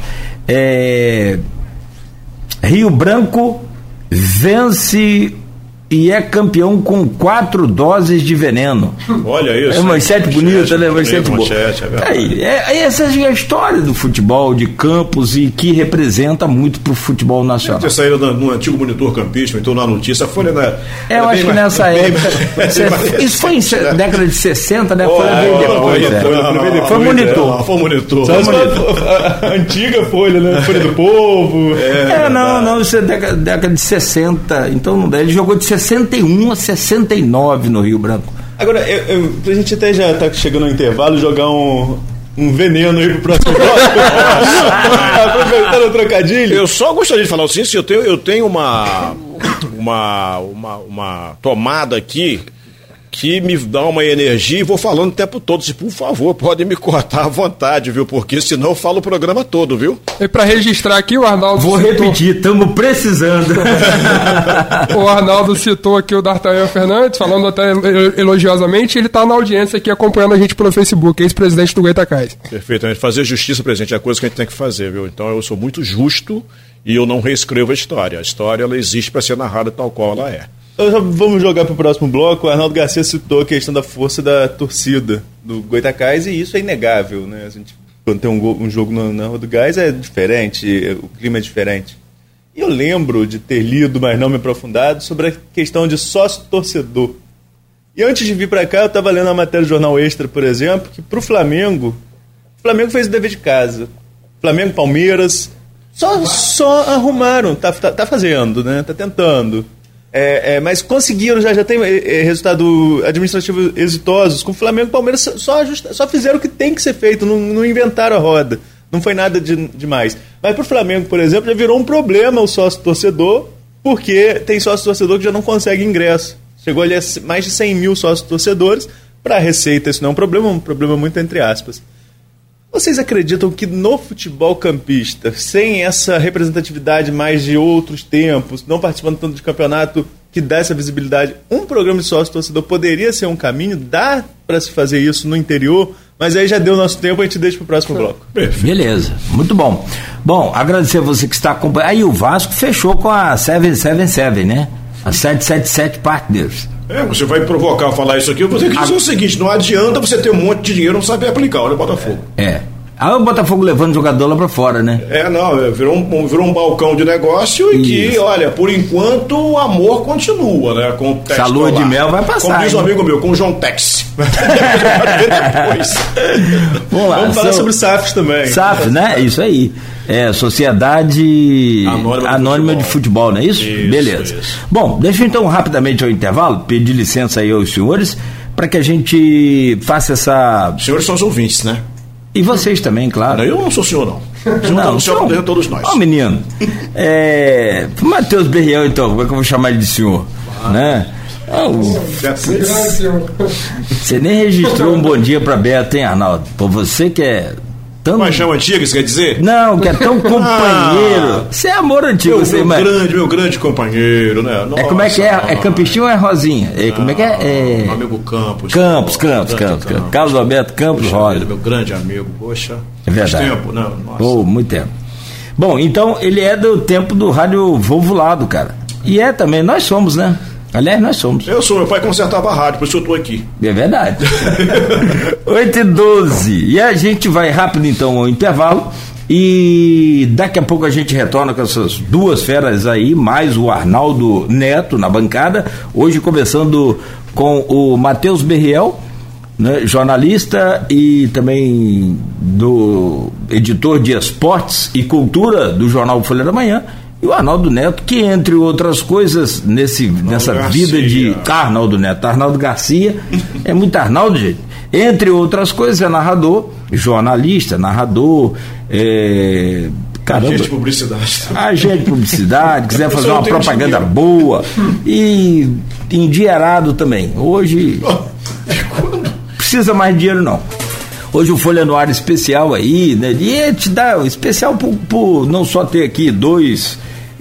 Rio Branco vence e é campeão com 4 doses de veneno. Olha isso. É manchete bonita, né? Manchete boa. Essa é a história do futebol de Campos e que representa muito pro futebol nacional. Você saiu no antigo Monitor Campista, então na notícia, a Folha eu acho que nessa época. Isso foi em década de 60, né? A Folha veio depois. Foi Monitor. Foi Monitor. A antiga Folha, né? Folha do Povo. Não, isso é década de 60. Então não dá. Ele jogou de 61 a 69 no Rio Branco. Agora, a gente até já está chegando no intervalo, jogar um veneno aí pro próximo bloco. Aproveitando o trocadilho. Eu só gostaria de falar o seguinte, eu tenho uma tomada aqui que me dá uma energia e vou falando o tempo todo. Se, por favor, podem me cortar à vontade, viu? Porque senão eu falo o programa todo, viu? E para registrar aqui, o Arnaldo Vou repetir, estamos precisando. O Arnaldo citou aqui o D'Artagnan Fernandes, falando até elogiosamente, ele está na audiência aqui acompanhando a gente pelo Facebook, ex-presidente do Goitacás. Perfeitamente. Fazer justiça, presidente, é a coisa que a gente tem que fazer, viu? Então eu sou muito justo e eu não reescrevo a história. A história, ela existe para ser narrada tal qual ela é. Vamos jogar para o próximo bloco. O Arnaldo Garcia citou a questão da força da torcida do Goitacás e isso é inegável, né? A gente, quando tem um jogo na Rua do Gás é diferente, o clima é diferente. E eu lembro de ter lido, mas não me aprofundado, sobre a questão de sócio-torcedor. E antes de vir para cá, eu estava lendo uma matéria do Jornal Extra, por exemplo, que para o Flamengo fez o dever de casa. Flamengo, Palmeiras, só arrumaram, tá fazendo, né? Tá tentando. Mas conseguiram, já tem resultado administrativo exitosos. Com o Flamengo e o Palmeiras só fizeram o que tem que ser feito, não inventaram a roda. Não foi nada demais. Mas para o Flamengo, por exemplo, já virou um problema o sócio-torcedor, porque tem sócio-torcedor que já não consegue ingresso. Chegou ali a mais de 100 mil sócios-torcedores. Para a Receita isso não é um problema muito entre aspas. Vocês acreditam que no futebol campista, sem essa representatividade mais de outros tempos, não participando tanto de campeonato que dá essa visibilidade, um programa de sócio-torcedor poderia ser um caminho? Dá para se fazer isso no interior? Mas aí já deu nosso tempo, a gente deixa para o próximo bloco. Beleza, muito bom. Bom, agradecer a você que está acompanhando. Aí o Vasco fechou com a 777, né? A 777 Partners. Você vai provocar a falar isso aqui, eu vou ter que dizer o seguinte: não adianta você ter um monte de dinheiro e não saber aplicar. Olha o Botafogo. Aí o Botafogo levando o jogador lá pra fora, né? Virou um balcão de negócio e que, olha, por enquanto o amor continua, né? Com o Tex. A lua de mel vai passar. Como diz um amigo meu, com o João Tex. Depois. Vamos falar sobre SAFs também. SAFs, né? Isso aí. Sociedade Anônima de Futebol, não é isso? Beleza. Isso. Bom, deixa eu então rapidamente ao intervalo, pedir licença aí aos senhores, para que a gente faça essa... Os senhores são os ouvintes, né? E vocês também, claro. Eu não sou senhor, não. O senhor protegendo todos nós. Menino. Matheus Berriel, então, como é que eu vou chamar ele de senhor? Né? Você nem registrou um bom dia para Beto, hein, Arnaldo? Por você que é tão... Paixão antiga, isso quer dizer? Não, que é tão companheiro. Você é amor antigo. Meu grande companheiro, né? Nossa, como é que é? É Campistinho ou é Rosinha? Como é que é? Meu amigo Campos. Campos. Carlos Alberto Campos Rosa. Meu grande amigo, poxa. É verdade. Faz tempo, não? Nossa. Muito tempo. Bom, então ele é do tempo do rádio Volvulado, cara. E também, nós somos, né? Aliás, nós somos. Eu sou, meu pai consertava a rádio, por isso eu estou aqui. É verdade. 8h12. E a gente vai rápido então ao intervalo. E daqui a pouco a gente retorna com essas duas feras aí, mais o Arnaldo Neto na bancada. Hoje conversando com o Matheus Berriel, né, jornalista e também do editor de esportes e cultura do jornal Folha da Manhã. E o Arnaldo Neto, que entre outras coisas, nessa vida de Arnaldo Neto, Arnaldo Garcia, é muito Arnaldo, gente. Entre outras coisas, é narrador, jornalista, narrador, agente de publicidade. Agente de publicidade, quiser fazer uma propaganda dinheiro. Boa. E endinheirado também. Hoje, precisa mais dinheiro não. Hoje o Folha no Ar especial aí, né? E te dá especial por não só ter aqui dois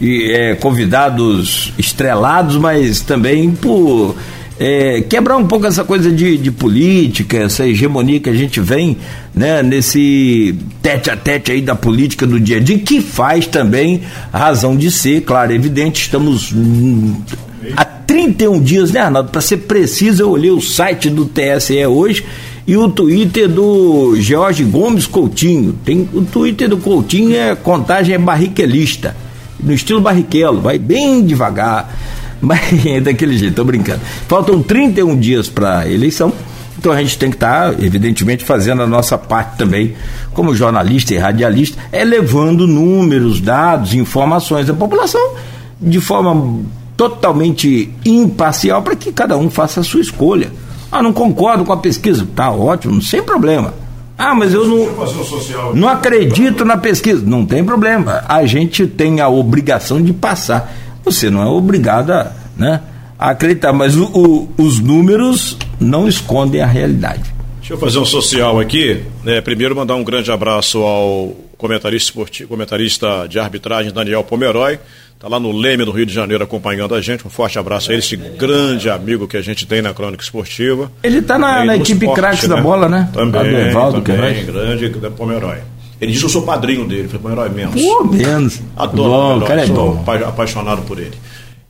convidados estrelados, mas também por quebrar um pouco essa coisa de política, essa hegemonia que a gente vem, né, nesse tete a tete aí da política do dia a dia, que faz também razão de ser, claro, evidente. Estamos há 31 dias, né, Arnaldo? Para ser preciso, eu olhei o site do TSE hoje e o Twitter do Jorge Gomes Coutinho. O Twitter do Coutinho contagem barriquelista, no estilo Barrichello, vai bem devagar, mas daquele jeito, tô brincando. Faltam 31 dias para a eleição, então a gente tem que estar, evidentemente, fazendo a nossa parte também, como jornalista e radialista, levando números, dados, informações à população de forma totalmente imparcial, para que cada um faça a sua escolha. Não concordo com a pesquisa, tá ótimo, sem problema. Mas eu não acredito na pesquisa, não tem problema. A gente tem a obrigação de passar. Você não é obrigado a acreditar, mas os números não escondem a realidade. Deixa eu fazer um social aqui. Primeiro mandar um grande abraço ao comentarista de arbitragem Daniel Pomeroy. Está lá no Leme, no Rio de Janeiro, acompanhando a gente. Um forte abraço a ele, esse grande amigo que a gente tem na Crônica Esportiva. Ele está na equipe Craques da Bola, né? Também, Evaldo, grande Pomeroy. Ele disse que eu sou padrinho dele, foi Pomeroy menos. Pô, menos. Adoro o Pomeroy, cara, sou apaixonado por ele.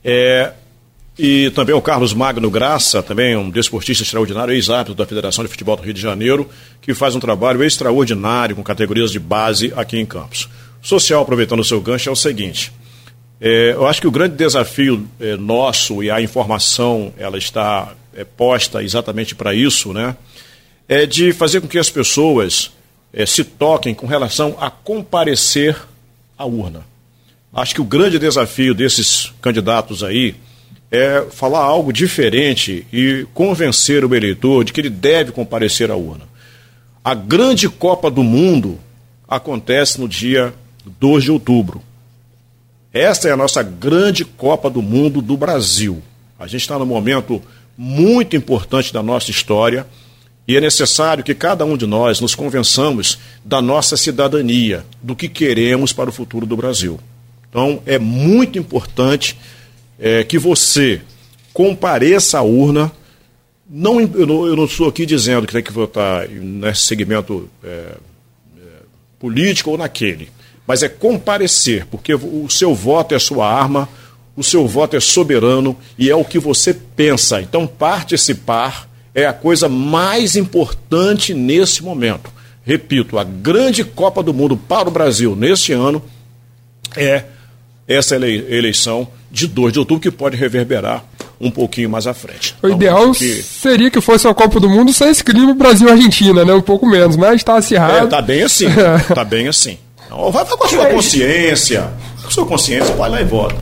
E também o Carlos Magno Graça, também um desportista extraordinário, ex-árbitro da Federação de Futebol do Rio de Janeiro, que faz um trabalho extraordinário com categorias de base aqui em Campos. Social, aproveitando o seu gancho, é o seguinte: eu acho que o grande desafio nosso, e a informação ela está posta exatamente para isso, né, é de fazer com que as pessoas se toquem com relação a comparecer à urna. Acho que o grande desafio desses candidatos aí falar algo diferente e convencer o eleitor de que ele deve comparecer à urna. A grande Copa do Mundo acontece no dia 2 de outubro. Esta é a nossa grande Copa do Mundo do Brasil. A gente está num momento muito importante da nossa história e é necessário que cada um de nós nos convençamos da nossa cidadania, do que queremos para o futuro do Brasil. Então, é muito importante que você compareça à urna. Eu não estou aqui dizendo que tem que votar nesse segmento político ou naquele, mas é comparecer, porque o seu voto é a sua arma, o seu voto é soberano e é o que você pensa. Então, participar é a coisa mais importante nesse momento. Repito, a grande Copa do Mundo para o Brasil neste ano é essa eleição de 2 de outubro, que pode reverberar um pouquinho mais à frente. O ideal seria que fosse a Copa do Mundo sem esse clima Brasil-Argentina, né? Um pouco menos, mas está acirrado. Tá bem assim, tá bem assim. Então, vai com a sua consciência. Com a sua consciência, vai lá e vota.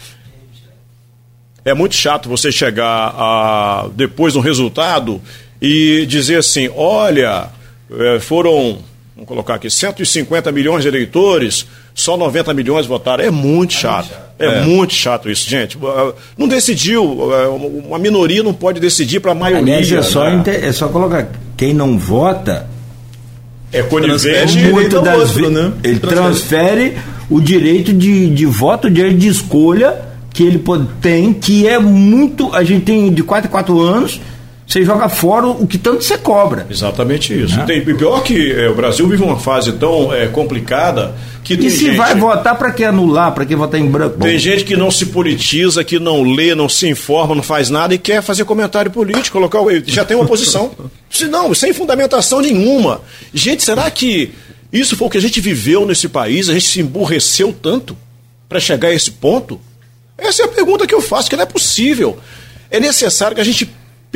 É muito chato você chegar depois do resultado e dizer assim, olha, foram, vamos colocar aqui, 150 milhões de eleitores, só 90 milhões votaram. É muito chato. Muito chato isso, gente. Não decidiu, uma minoria não pode decidir para a maioria. Aliás, é só colocar, quem não vota é conivente, ele transfere o direito de voto, o direito de escolha que ele tem, que é muito. A gente tem de 4 em 4 anos, você joga fora o que tanto você cobra. Exatamente isso. Tem pior que o Brasil vive uma fase tão complicada que tem gente. Vai votar, para que anular, para que votar em branco? Tem gente que não se politiza, que não lê, não se informa, não faz nada e quer fazer comentário político, já tem uma posição. Sem fundamentação nenhuma. Gente, será que isso foi o que a gente viveu nesse país? A gente se emburreceu tanto para chegar a esse ponto? Essa é a pergunta que eu faço, que não é possível. É necessário que a gente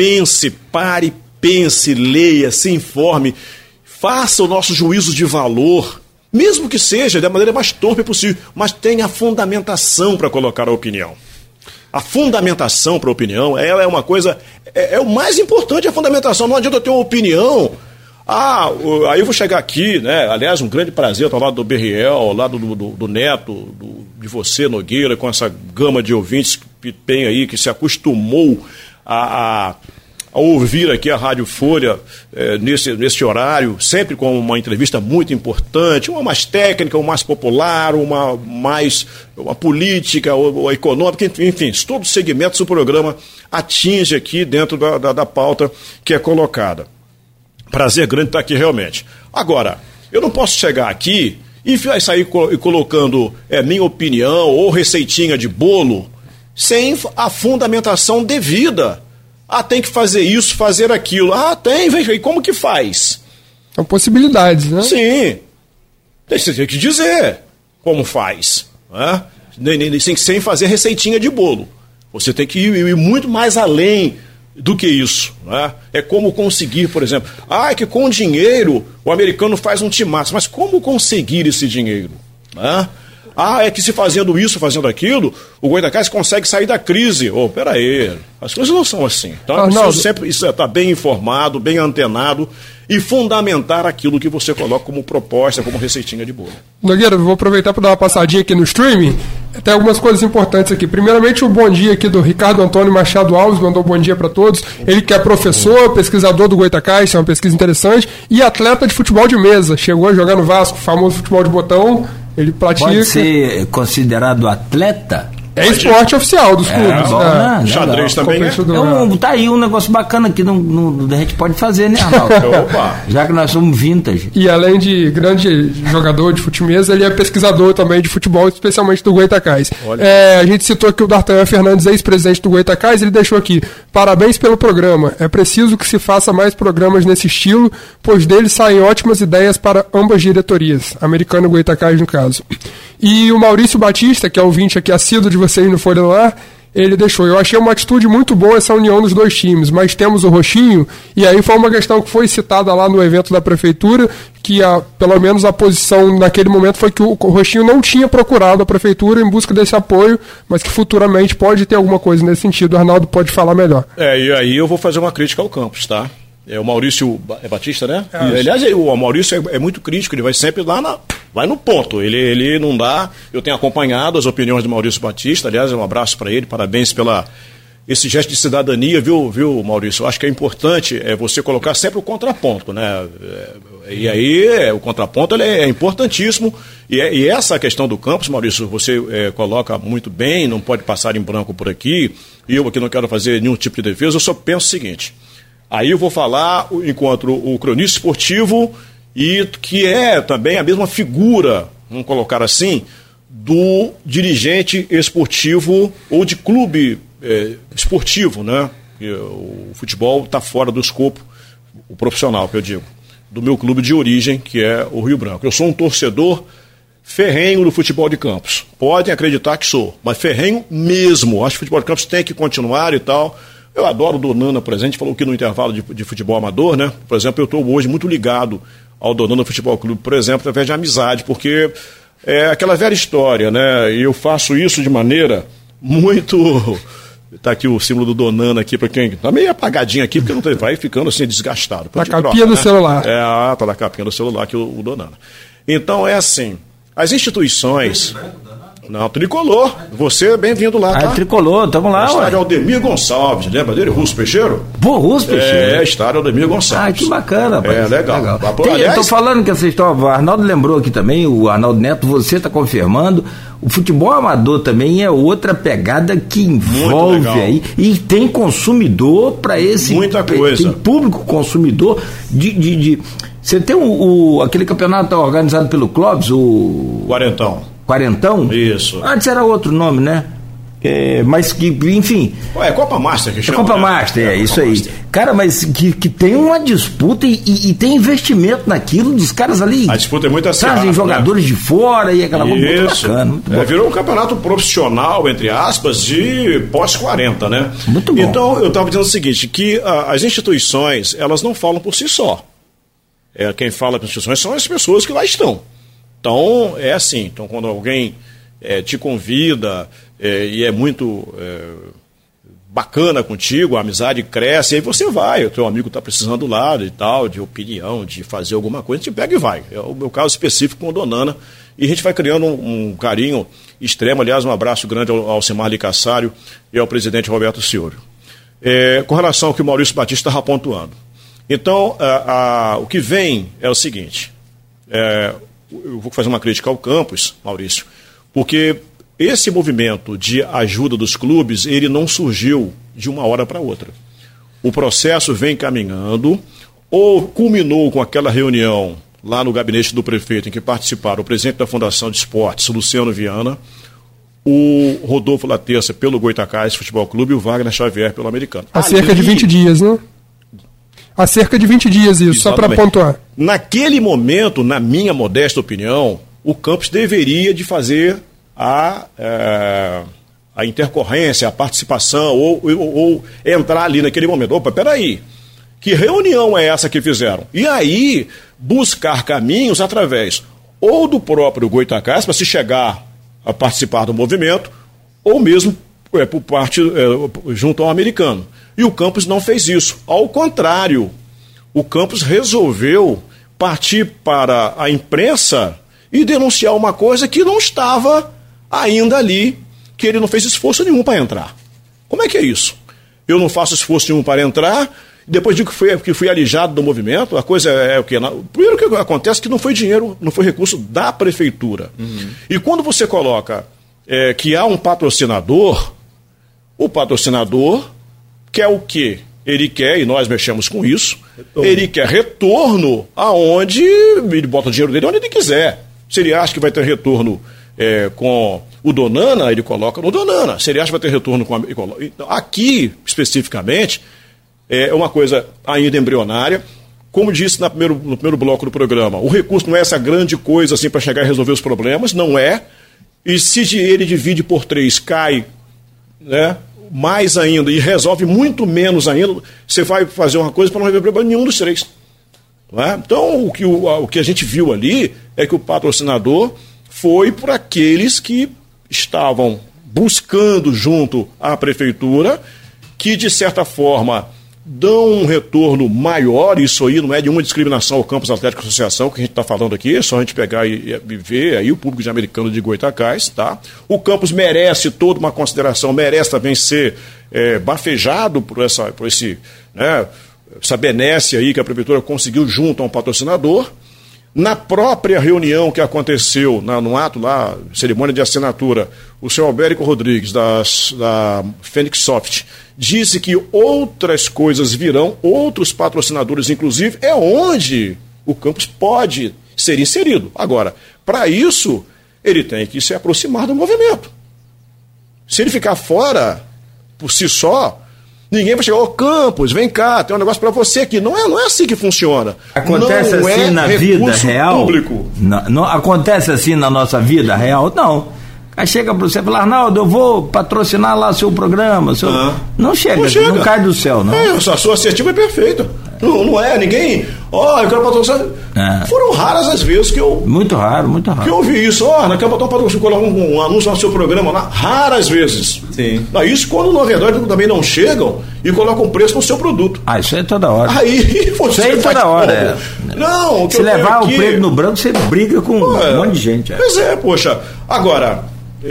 pense, leia, se informe, faça o nosso juízo de valor, mesmo que seja da maneira mais torpe possível, mas tenha a fundamentação para colocar a opinião. A fundamentação para a opinião, ela é uma coisa, é o mais importante, a fundamentação. Não adianta eu ter uma opinião. Aí eu vou chegar aqui, né? Aliás, um grande prazer estar ao lado do Berriel, ao lado do Neto, de você, Nogueira, com essa gama de ouvintes que tem aí, que se acostumou a ouvir aqui a Rádio Folha nesse horário, sempre com uma entrevista muito importante, uma mais técnica, uma mais popular, uma política, ou econômica, enfim, todos os segmentos do programa atinge aqui dentro da pauta que é colocada. Prazer grande estar aqui realmente. Agora, eu não posso chegar aqui e sair colocando minha opinião ou receitinha de bolo sem a fundamentação devida. Tem que fazer isso, fazer aquilo. Tem, vem, e como que faz? São possibilidades, né? Sim. Você tem que dizer como faz. Né? Sem fazer receitinha de bolo. Você tem que ir muito mais além do que isso. Né? É como conseguir, por exemplo, é que com dinheiro o americano faz um timaço, mas como conseguir esse dinheiro? Né? É que se fazendo isso, fazendo aquilo, o Goitacás consegue sair da crise. Peraí, as coisas não são assim. Então é preciso sempre estar bem informado, bem antenado e fundamentar aquilo que você coloca como proposta, como receitinha de bolo. Nogueira, vou aproveitar para dar uma passadinha aqui no streaming. Tem algumas coisas importantes aqui. Primeiramente, o bom dia aqui do Ricardo Antônio Machado Alves, mandou um bom dia para todos. Ele que é professor, pesquisador do Goitacás, é uma pesquisa interessante, e atleta de futebol de mesa. Chegou a jogar no Vasco, famoso futebol de botão. Ele pratica. Pode ser considerado atleta? É esporte oficial dos clubes. Xadrez também é? Tá aí um negócio bacana que a gente pode fazer, né, Arnaldo? Já que nós somos vintage. E além de grande jogador de futebol, ele é pesquisador também de futebol, especialmente do Goitacás. A gente citou aqui o D'Artagnan Fernandes, ex-presidente do Goitacás, ele deixou aqui: parabéns pelo programa, é preciso que se faça mais programas nesse estilo, pois dele saem ótimas ideias para ambas diretorias, americano e Goitacás no caso. E o Maurício Batista, que é ouvinte aqui assíduo de vocês no Folha no Ar, ele deixou. Eu achei uma atitude muito boa essa união dos dois times, mas temos o Roxinho, e aí foi uma questão que foi citada lá no evento da prefeitura, que pelo menos a posição naquele momento foi que o Roxinho não tinha procurado a prefeitura em busca desse apoio, mas que futuramente pode ter alguma coisa nesse sentido. O Arnaldo pode falar melhor. E aí eu vou fazer uma crítica ao campus, tá? O Maurício Batista, né? Aliás, o Maurício é muito crítico, ele vai sempre lá vai no ponto. Ele não dá. Eu tenho acompanhado as opiniões do Maurício Batista, aliás, um abraço para ele, parabéns esse gesto de cidadania, viu, Maurício? Eu acho que é importante você colocar sempre o contraponto, né? E aí o contraponto é importantíssimo. E essa questão do campus, Maurício, você coloca muito bem, não pode passar em branco por aqui. E eu aqui não quero fazer nenhum tipo de defesa, eu só penso o seguinte. Aí eu vou falar enquanto o cronista esportivo e que é também a mesma figura, vamos colocar assim, do dirigente esportivo ou de clube esportivo, né? O futebol está fora do escopo, o profissional, que eu digo, do meu clube de origem, que é o Rio Branco. Eu sou um torcedor ferrenho do futebol de campos. Podem acreditar que sou, mas ferrenho mesmo. Acho que o futebol de campos tem que continuar e tal. Eu adoro o Donana, por exemplo, a gente falou aqui no intervalo de futebol amador, né? Por exemplo, eu estou hoje muito ligado ao Donana Futebol Clube, por exemplo, através de amizade, porque é aquela velha história, né? E eu faço isso de maneira muito... Tá aqui o símbolo do Donana aqui, para quem tá meio apagadinho aqui, porque não vai ficando assim desgastado. Na capinha do celular. Tá na capinha do celular aqui o Donana. Então é assim, as instituições... Não, tricolor. Você é bem-vindo lá, tá? Tricolor, tamo lá, Estádio Aldemir Gonçalves, lembra dele? Russo Peixeiro? Russo Peixeiro? Estádio Aldemir Gonçalves. Que bacana, rapaz. Legal. Eu tô falando que essa história, o Arnaldo lembrou aqui também, o Arnaldo Neto, você está confirmando, o futebol amador também é outra pegada que envolve aí, e tem consumidor para esse... Muita coisa. Tem público consumidor Você tem aquele campeonato organizado pelo Clóvis, o... Quarentão? Isso. Antes era outro nome, né? Mas que, enfim... É Copa Master que chama. Copa Master, isso aí. Cara, mas que tem uma disputa e tem investimento naquilo dos caras ali. A disputa é muito acirrada. Trazem jogadores de fora e aquela coisa muito bacana. Muito bom. Virou um campeonato profissional, entre aspas, de pós-40, né? Muito bom. Então, eu estava dizendo o seguinte, que as instituições, elas não falam por si só. Quem fala pelas instituições são as pessoas que lá estão. Então, é assim, quando alguém te convida e é muito bacana contigo, a amizade cresce, aí você vai, o teu amigo está precisando lá e tal, de opinião, de fazer alguma coisa, a gente pega e vai. É o meu caso específico com o Donana, e a gente vai criando um carinho extremo. Aliás, um abraço grande ao Alcimar Licassário e ao presidente Roberto Ciúrio. Com relação ao que o Maurício Batista estava pontuando. Então, o que vem é o seguinte... Eu vou fazer uma crítica ao campus, Maurício, porque esse movimento de ajuda dos clubes, ele não surgiu de uma hora para outra. O processo vem caminhando, ou culminou com aquela reunião lá no gabinete do prefeito, em que participaram o presidente da Fundação de Esportes, Luciano Viana, o Rodolfo Laterça pelo Goitacás Futebol Clube e o Wagner Xavier pelo Americano. Há cerca de 20 dias, né? Há cerca de 20 dias isso, exatamente. Só para pontuar. Naquele momento, na minha modesta opinião, o campus deveria de fazer a intercorrência, a participação, ou entrar ali naquele momento. Opa, peraí, que reunião é essa que fizeram? E aí, buscar caminhos através ou do próprio Goitacás, para se chegar a participar do movimento, ou mesmo por parte junto ao Americano. E o campus não fez isso. Ao contrário, o campus resolveu partir para a imprensa e denunciar uma coisa que não estava ainda ali, que ele não fez esforço nenhum para entrar. Como é que é isso? Eu não faço esforço nenhum para entrar, depois digo que fui alijado do movimento, a coisa é o quê? Primeiro que acontece que não foi dinheiro, não foi recurso da prefeitura. Uhum. E quando você coloca que há um patrocinador, o patrocinador quer o quê? Ele quer, e nós mexemos com isso, ele quer retorno aonde ele bota o dinheiro dele onde ele quiser. Se ele acha que vai ter retorno com o Donana, ele coloca no Donana. Se ele acha que vai ter retorno com então, aqui, especificamente, é uma coisa ainda embrionária. Como disse no primeiro bloco do programa, o recurso não é essa grande coisa assim para chegar e resolver os problemas, não é. E se ele divide por 3, cai né? Mais ainda, e resolve muito menos ainda, você vai fazer uma coisa para não resolver problema nenhum dos três. Não é? Então, o que a gente viu ali é que o patrocinador foi por aqueles que estavam buscando junto à prefeitura, que de certa forma dão um retorno maior. Isso aí não é nenhuma discriminação ao Campus Atlético Associação que a gente está falando aqui, é só a gente pegar e ver aí o público de Americano de Goytacás, tá? O campus merece toda uma consideração, merece também ser bafejado por essa benesse aí que a prefeitura conseguiu junto a um patrocinador. Na própria reunião que aconteceu no ato lá, cerimônia de assinatura, o senhor Albérico Rodrigues, da Fênix Soft, disse que outras coisas virão, outros patrocinadores, inclusive, é onde o campus pode ser inserido. Agora, para isso, ele tem que se aproximar do movimento. Se ele ficar fora, por si só, ninguém vai chegar, campus, vem cá, tem um negócio para você aqui. Não é assim que funciona. Acontece não assim na vida real? Público. Não acontece assim na nossa vida real? Não. Aí chega para você e fala, Arnaldo, eu vou patrocinar lá seu programa. Não chega, não cai do céu, não. A sua assertiva é perfeita. Não é, ninguém. Eu quero patrocinar. Foram raras as vezes que eu. Muito raro. Que eu ouvi isso. Não quero botar um patrocínio, colocar um anúncio no seu programa lá. Raras vezes. Sim. Isso quando, na verdade, também não chegam e colocam um preço no seu produto. Isso aí é toda hora. Você isso aí é toda hora. Não, se levar o preto no branco, você briga com um monte de gente. Pois poxa. Agora.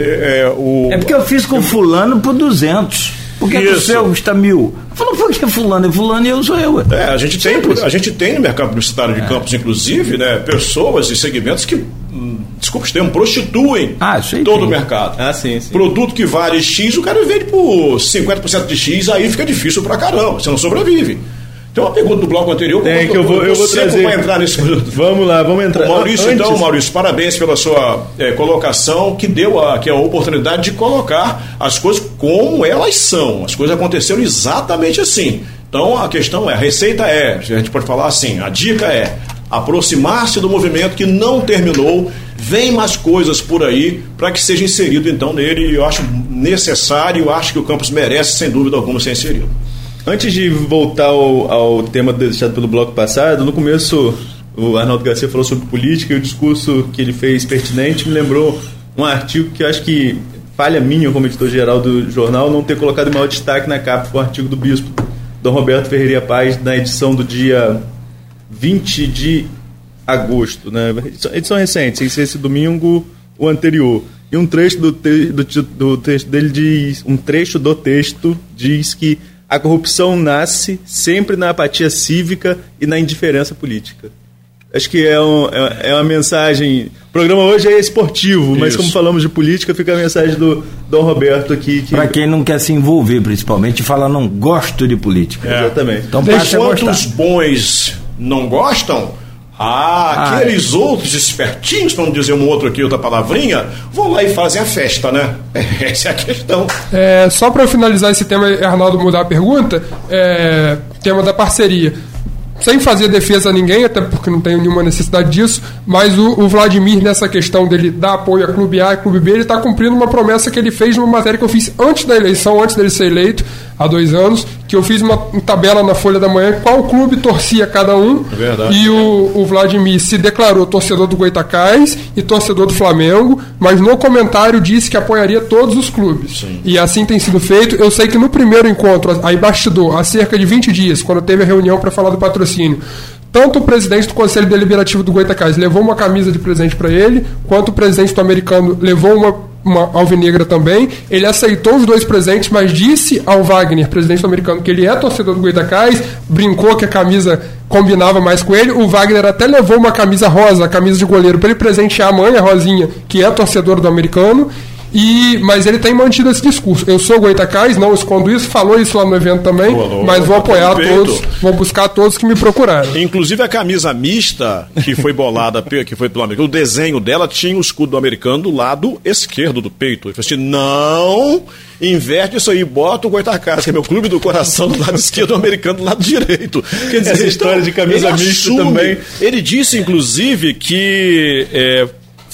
É porque eu fiz com fulano por 200. Por que o seu custa 1.000? Falou, por que fulano é fulano e eu sou eu. A gente tem no mercado publicitário de campos, inclusive, né, pessoas e segmentos que, desculpa o termo, prostituem todo o mercado. Sim. Produto que vale X, o cara vende por 50% de X, aí fica difícil pra caramba, você não sobrevive. Tem uma pergunta do bloco anterior que eu vou trazer. Vai entrar nesse produto. Vamos entrar. Maurício, parabéns pela sua colocação, que deu a oportunidade de colocar as coisas como elas são. As coisas aconteceram exatamente assim. Então a questão a receita a gente pode falar assim, a dica é aproximar-se do movimento que não terminou, vem mais coisas por aí para que seja inserido então nele, eu acho necessário, eu acho que o campus merece sem dúvida alguma ser inserido. Antes de voltar ao tema deixado pelo bloco passado, no começo o Arnaldo Garcia falou sobre política e o discurso que ele fez pertinente me lembrou um artigo que eu acho que falha minha como editor-geral do jornal não ter colocado maior destaque na capa, foi um artigo do bispo Dom Roberto Ferreira Paz, na edição do dia 20 de agosto, né? Edição recente, sem ser esse domingo, o anterior. E um trecho do texto dele diz, diz que a corrupção nasce sempre na apatia cívica e na indiferença política. Acho que é uma mensagem. O programa hoje é esportivo, mas como falamos de política, fica a mensagem do Dom Roberto aqui. Para quem não quer se envolver, principalmente, fala não gosto de política. Exatamente. Então, enquanto os bons não gostam, aqueles outros espertinhos, para não dizer um outro aqui, outra palavrinha, vão lá e fazem a festa, né? Essa é a questão. Só para finalizar esse tema, Arnaldo, mudar a pergunta, tema da parceria. Sem fazer defesa a ninguém, até porque não tenho nenhuma necessidade disso, mas o Vladimir, nessa questão dele dar apoio a Clube A e Clube B, ele está cumprindo uma promessa que ele fez numa matéria que eu fiz antes da eleição, antes dele ser eleito, há 2 anos, que eu fiz uma tabela na Folha da Manhã, qual clube torcia cada um, e o Vladimir se declarou torcedor do Goytacás e torcedor do Flamengo, mas no comentário disse que apoiaria todos os clubes. Sim. E assim tem sido feito. Eu sei que no primeiro encontro, aí bastidor, há cerca de 20 dias, quando teve a reunião para falar do patrocínio, tanto o presidente do Conselho Deliberativo do Goytacás levou uma camisa de presente para ele, quanto o presidente do Americano levou uma alvinegra também. Ele aceitou os 2 presentes, mas disse ao Wagner, presidente do Americano, que ele é torcedor do Goytacás, brincou que a camisa combinava mais com ele. O Wagner até levou uma camisa rosa, a camisa de goleiro, para ele presentear a mãe, a Rosinha, que é torcedora do Americano. Mas ele tem mantido esse discurso. Eu sou Goytacás, não escondo isso, falou isso lá no evento também, mas vou apoiar todos, vou buscar todos que me procurarem. Inclusive a camisa mista que foi bolada, que foi pelo americano, o desenho dela tinha o escudo do Americano do lado esquerdo do peito. Ele falou assim, não, inverte isso aí, bota o Goytacás, que é meu clube do coração, do lado esquerdo, do Americano do lado direito. Quer dizer, essa história de camisa mista também. Ele disse, inclusive, que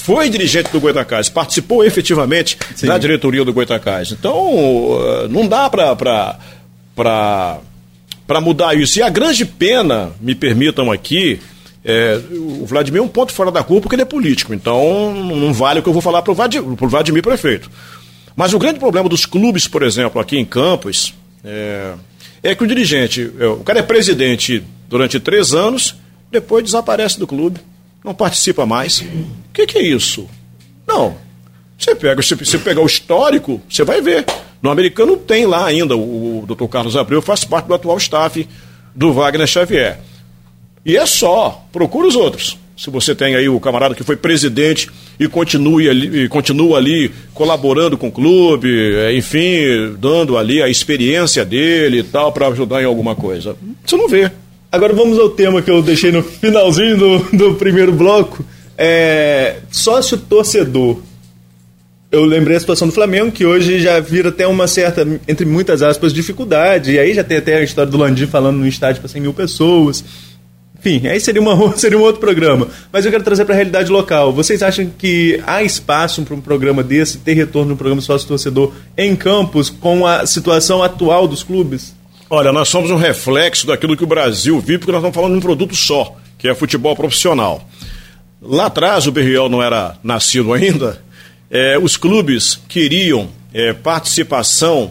foi dirigente do Goytacazes, participou efetivamente da diretoria do Goytacazes. Então, não dá para mudar isso. E a grande pena, me permitam aqui, o Vladimir é um ponto fora da curva porque ele é político. Então, não vale o que eu vou falar para o Vladimir prefeito. Mas o grande problema dos clubes, por exemplo, aqui em Campos, é que o dirigente, o cara é presidente durante 3 anos, depois desaparece do clube, não participa mais. O que é isso? Não. Se pegar o histórico, você vai ver. No Americano tem lá ainda, o Dr. Carlos Abreu faz parte do atual staff do Wagner Xavier. E é só, procura os outros. Se você tem aí o camarada que foi presidente e continua ali colaborando com o clube, enfim, dando ali a experiência dele e tal para ajudar em alguma coisa. Você não vê. Agora vamos ao tema que eu deixei no finalzinho do primeiro bloco. Sócio torcedor. Eu lembrei a situação do Flamengo, que hoje já vira até uma certa, entre muitas aspas, dificuldade. E aí já tem até a história do Landim falando no estádio para 100 mil pessoas. Enfim, aí seria um outro programa. Mas eu quero trazer para a realidade local. Vocês acham que há espaço para um programa desse, ter retorno no programa sócio-torcedor em Campos, com a situação atual dos clubes? Olha, nós somos um reflexo daquilo que o Brasil vive, porque nós estamos falando de um produto só, que é futebol profissional. Lá atrás, o Berriel não era nascido ainda, os clubes queriam participação,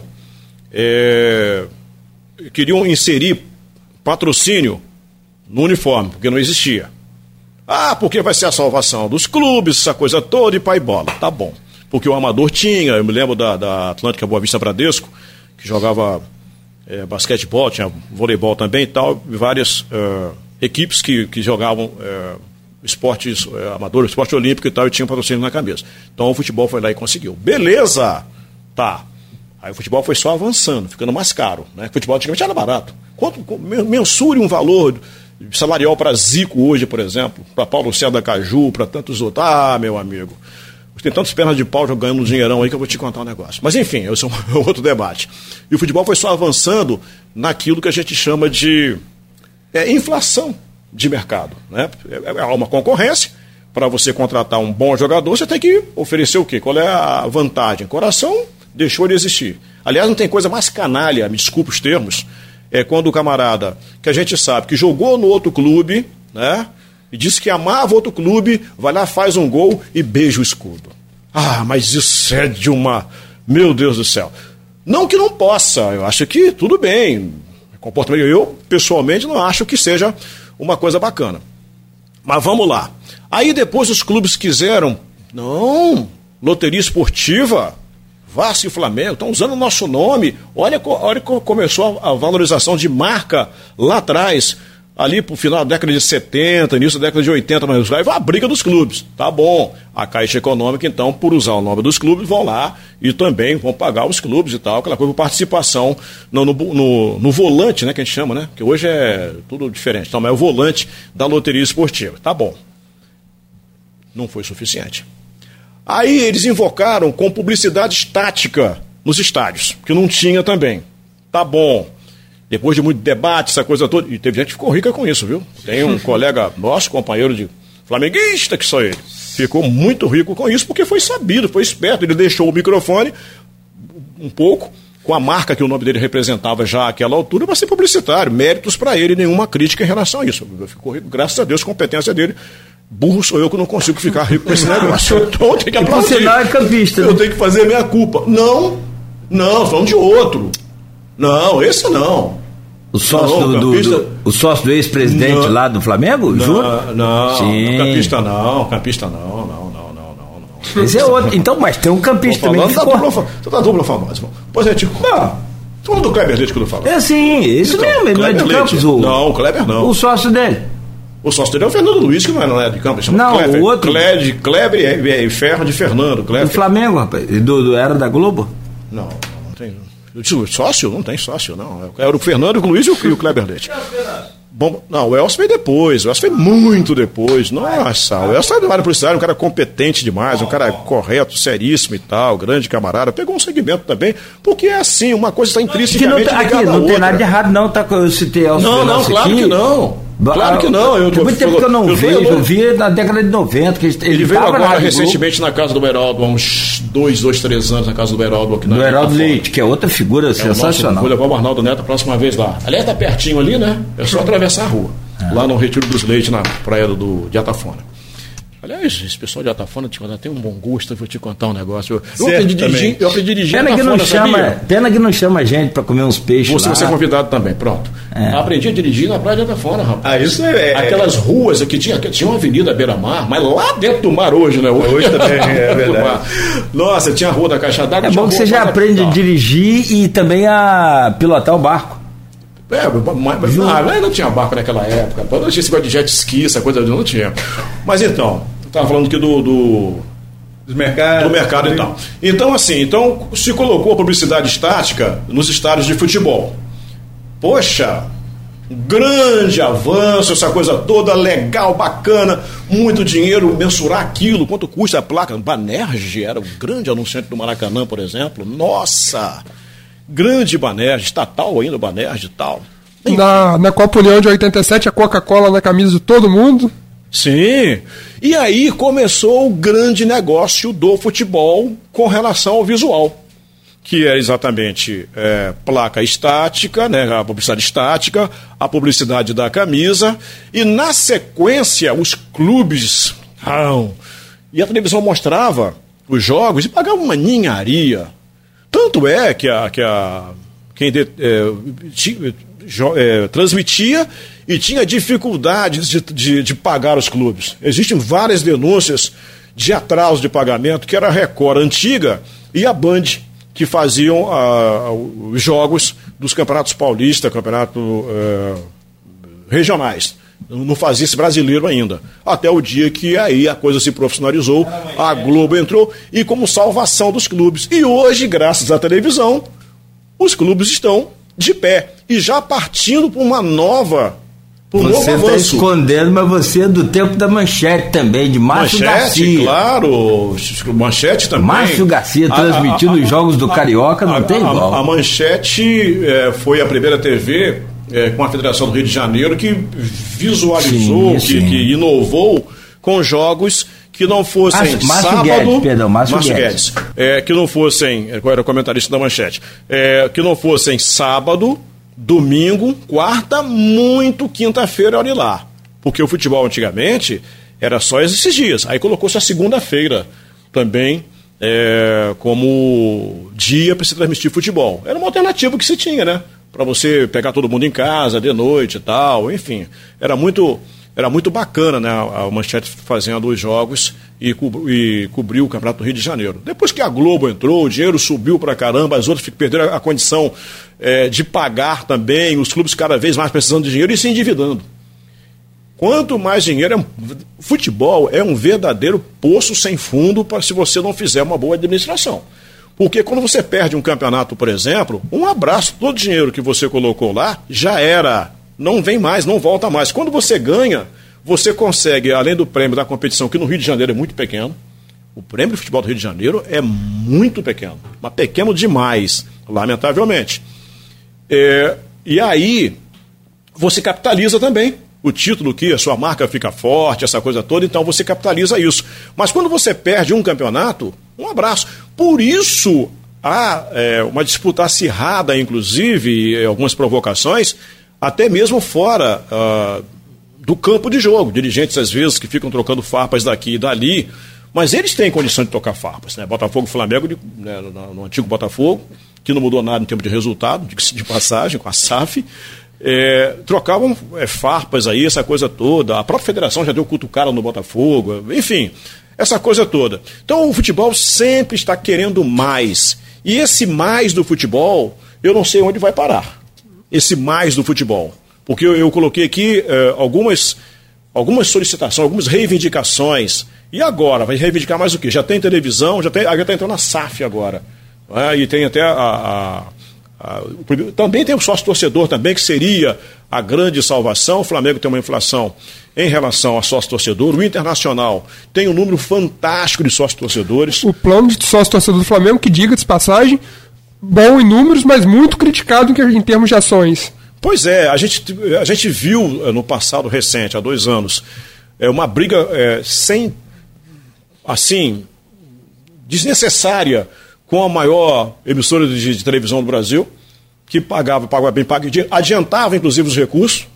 queriam inserir patrocínio no uniforme, porque não existia. Porque vai ser a salvação dos clubes, essa coisa toda, e pai bola. Tá bom. Porque o Amador tinha, eu me lembro da Atlântica Boa Vista Bradesco, que jogava basquetebol, tinha voleibol também e tal, várias equipes que jogavam esportes amadores, esporte olímpico e tal, e tinham patrocínio na cabeça. Então o futebol foi lá e conseguiu. Beleza! Tá. Aí o futebol foi só avançando, ficando mais caro, né? O futebol antigamente era barato. Mensure um valor salarial para Zico hoje, por exemplo, para Paulo César da Caju, para tantos outros. Meu amigo, tem tantas pernas de pau ganhando um dinheirão aí que eu vou te contar um negócio. Mas enfim, esse é um outro debate. E o futebol foi só avançando naquilo que a gente chama de inflação de mercado, né? É uma concorrência. Para você contratar um bom jogador, você tem que oferecer o quê? Qual é a vantagem? Coração deixou de existir. Aliás, não tem coisa mais canalha, me desculpe os termos, quando o camarada, que a gente sabe que jogou no outro clube, né, e disse que amava outro clube, vai lá, faz um gol e beija o escudo. Mas isso é de uma... Meu Deus do céu. Não que não possa, eu acho que tudo bem. Comportamento, eu, pessoalmente, não acho que seja uma coisa bacana. Mas vamos lá. Aí depois os clubes quiseram, não, loteria esportiva, Vasco e Flamengo, estão usando o nosso nome. Olha como começou a valorização de marca lá atrás, ali pro final da década de 70, início da década de 80, mas aí vai a briga dos clubes. Tá bom. A Caixa Econômica, então, por usar o nome dos clubes, vão lá e também vão pagar os clubes e tal, aquela coisa de participação no volante, né, que a gente chama, né? Que hoje é tudo diferente. Então, mas é o volante da loteria esportiva. Tá bom. Não foi suficiente. Aí eles invocaram com publicidade estática nos estádios, que não tinha também. Tá bom. Depois de muito debate, essa coisa toda, e teve gente que ficou rica com isso, viu? Tem um colega nosso, companheiro de flamenguista, que só ele, ficou muito rico com isso, porque foi sabido, foi esperto, ele deixou o microfone um pouco, com a marca que o nome dele representava já àquela altura, para ser publicitário, méritos para ele, nenhuma crítica em relação a isso. Ficou rico, graças a Deus, competência dele. Burro sou eu que não consigo ficar rico com esse negócio. Então eu tenho que aplaudir. Você não é campista, né? Eu tenho que fazer a minha culpa. Não, falando de outro. Não, esse não. O sócio o sócio do ex-presidente lá do Flamengo? Juro? Não, sim. Campista não. Esse é outro. Então, mas tem um campista também. Você tá dupla famosa. Pois é, tipo. Falando do Kleber Leite que eu falo. Sim, isso então, mesmo, ele não é de Campos. Não, o Kleber não. O sócio dele. O sócio dele é o Fernando Luiz, que não é de Campos. Não, Kleber, o outro. Kleber e Ferro de Fernando. Kleber. Do Flamengo, rapaz. Era da Globo? Não tem. Sócio? Não tem sócio, não. Era o Fernando Luiz e o Kleber Leite. Bom, não, o Elcio veio depois. O Elcio veio muito depois. Nossa, o Elcio saiu do área publicitária, um cara competente demais, um cara correto, seríssimo e tal, grande camarada. Pegou um segmento também, porque é assim, uma coisa está intrinsecamente ligada à outra. Não tem nada de errado, não, tá? Eu citei Elcio. Não, claro que não. Claro que não. Tem muito tempo que eu não vejo. Eu vi na década de 90. Que ele veio agora recentemente na casa do Beraldo, há uns 3 anos, na casa do Beraldo. Aqui na do Beraldo Leite, que é outra figura sensacional. Vou levar o Arnaldo Neto a próxima vez lá. Aliás, tá pertinho ali, né? É só atravessar a rua. Lá no Retiro dos Leite, na praia de Atafona. Aliás, esse pessoal de Atafona tem um bom gosto, eu vou te contar um negócio. Eu aprendi a dirigir Pena que não chama a gente para comer uns peixes. Você vai ser convidado também, pronto. Aprendi a dirigir na praia de Atafona, rapaz. Isso aquelas ruas aqui, tinha uma avenida beira-mar, mas lá dentro do mar hoje, né? Hoje também, é verdade. Nossa, tinha a rua da Caixa d'Água. É bom que você já aprende a dirigir e também a pilotar o barco. Mas não tinha barco naquela época. Não tinha esse negócio de jet ski, essa coisa, não tinha. Mas então, estava falando aqui do mercado e tal. Então, assim, se colocou a publicidade estática nos estádios de futebol. Poxa, grande avanço, essa coisa toda, legal, bacana, muito dinheiro, mensurar aquilo, quanto custa a placa. Banerje era o grande anunciante do Maracanã, por exemplo. Nossa! Grande Banerje, estatal ainda, Banerje e tal. Na Copa União de 87, a Coca-Cola na camisa de todo mundo. Sim, e aí começou o grande negócio do futebol com relação ao visual, que é exatamente placa estática, né, a publicidade estática, a publicidade da camisa, e na sequência os clubes, e a televisão mostrava os jogos e pagava uma ninharia. Tanto é que quem transmitia e tinha dificuldades de pagar os clubes. Existem várias denúncias de atraso de pagamento, que era a Record antiga e a Band, que faziam os jogos dos campeonatos paulistas, campeonatos regionais. Não fazia esse brasileiro ainda. Até o dia que aí a coisa se profissionalizou, a Globo entrou e como salvação dos clubes. E hoje, graças à televisão, os clubes estão de pé e já partindo para uma nova... Você está escondendo, mas você é do tempo da Manchete também, de Márcio Garcia. Claro, Manchete também. Márcio Garcia transmitindo os jogos do Carioca, não tem igual. A Manchete foi a primeira TV com a Federação do Rio de Janeiro que visualizou, que inovou com jogos que não fossem Márcio Guedes. Que não fossem, qual era o comentarista da Manchete, que não fossem sábado, domingo, quarta, muito quinta-feira, olha lá. Porque o futebol antigamente era só esses dias. Aí colocou-se a segunda-feira também como dia para se transmitir futebol. Era uma alternativa que se tinha, né? Para você pegar todo mundo em casa de noite e tal, enfim. Era muito bacana, né? A Manchete fazendo os jogos e cobriu o Campeonato do Rio de Janeiro. Depois que a Globo entrou, o dinheiro subiu pra caramba, as outras perderam a condição de pagar também, os clubes cada vez mais precisando de dinheiro e se endividando. Quanto mais dinheiro, futebol é um verdadeiro poço sem fundo se você não fizer uma boa administração. Porque quando você perde um campeonato, por exemplo, um abraço, todo o dinheiro que você colocou lá já era, não vem mais, não volta mais. Quando você ganha, você consegue, além do prêmio da competição, que no Rio de Janeiro é muito pequeno, o prêmio de futebol do Rio de Janeiro é muito pequeno, mas pequeno demais, lamentavelmente. E aí, você capitaliza também o título, que a sua marca fica forte, essa coisa toda, então você capitaliza isso. Mas quando você perde um campeonato, um abraço. Por isso, há uma disputa acirrada, inclusive, algumas provocações, até mesmo fora do campo de jogo. Dirigentes, às vezes, que ficam trocando farpas daqui e dali, mas eles têm condição de tocar farpas, né? Botafogo e Flamengo, no antigo Botafogo, que não mudou nada em termos de resultado, de passagem, com a SAF, trocavam farpas aí, essa coisa toda. A própria federação já deu cutucada no Botafogo, enfim, essa coisa toda. Então o futebol sempre está querendo mais. E esse mais do futebol, eu não sei onde vai parar. Esse mais do futebol. Porque eu coloquei aqui algumas solicitações, algumas reivindicações. E agora? Vai reivindicar mais o quê? Já tem televisão, já está entrando a SAF agora. E tem até também tem o sócio-torcedor também, que seria a grande salvação. O Flamengo tem uma inflação em relação a sócio-torcedor. O Internacional tem um número fantástico de sócio-torcedores. O plano de sócio-torcedor do Flamengo, que diga de passagem, bom em números, mas muito criticado em termos de ações. Pois é, a gente viu no passado recente, há 2 anos, uma briga desnecessária com a maior emissora de televisão do Brasil, que pagava bem, adiantava inclusive os recursos,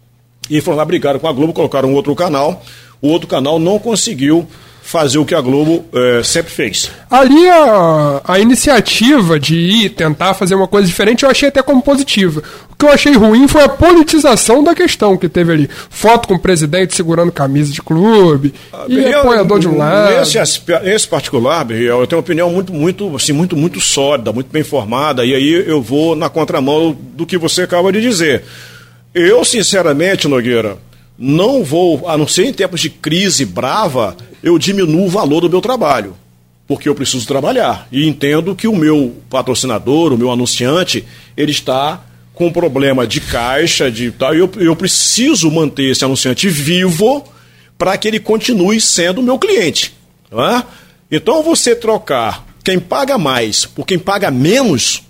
e foram lá, brigaram com a Globo, colocaram outro canal, o outro canal não conseguiu fazer o que a Globo sempre fez. Ali a iniciativa de tentar fazer uma coisa diferente eu achei até como positiva. O que eu achei ruim foi a politização da questão que teve ali. Foto com o presidente segurando camisa de clube, e apoiador de um lado. Nesse particular, Biel, eu tenho uma opinião muito sólida, muito bem formada, e aí eu vou na contramão do que você acaba de dizer. Eu, sinceramente, Nogueira, não vou, a não ser em tempos de crise brava, eu diminuo o valor do meu trabalho, porque eu preciso trabalhar. E entendo que o meu patrocinador, o meu anunciante, ele está com um problema de caixa, e eu preciso manter esse anunciante vivo para que ele continue sendo o meu cliente. Não é? Então você trocar quem paga mais por quem paga menos,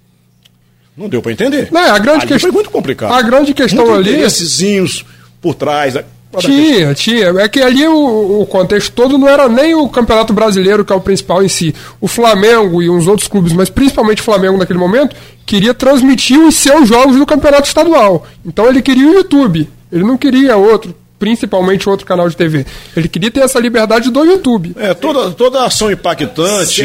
não deu para entender. Não, foi muito complicado. A grande questão muito ali... interessezinhos por trás... Tinha. É que ali o contexto todo não era nem o Campeonato Brasileiro, que é o principal em si. O Flamengo e uns outros clubes, mas principalmente o Flamengo naquele momento, queria transmitir os seus jogos do Campeonato Estadual. Então ele queria o YouTube. Ele não queria principalmente outro canal de TV. Ele queria ter essa liberdade do YouTube. Toda ação impactante,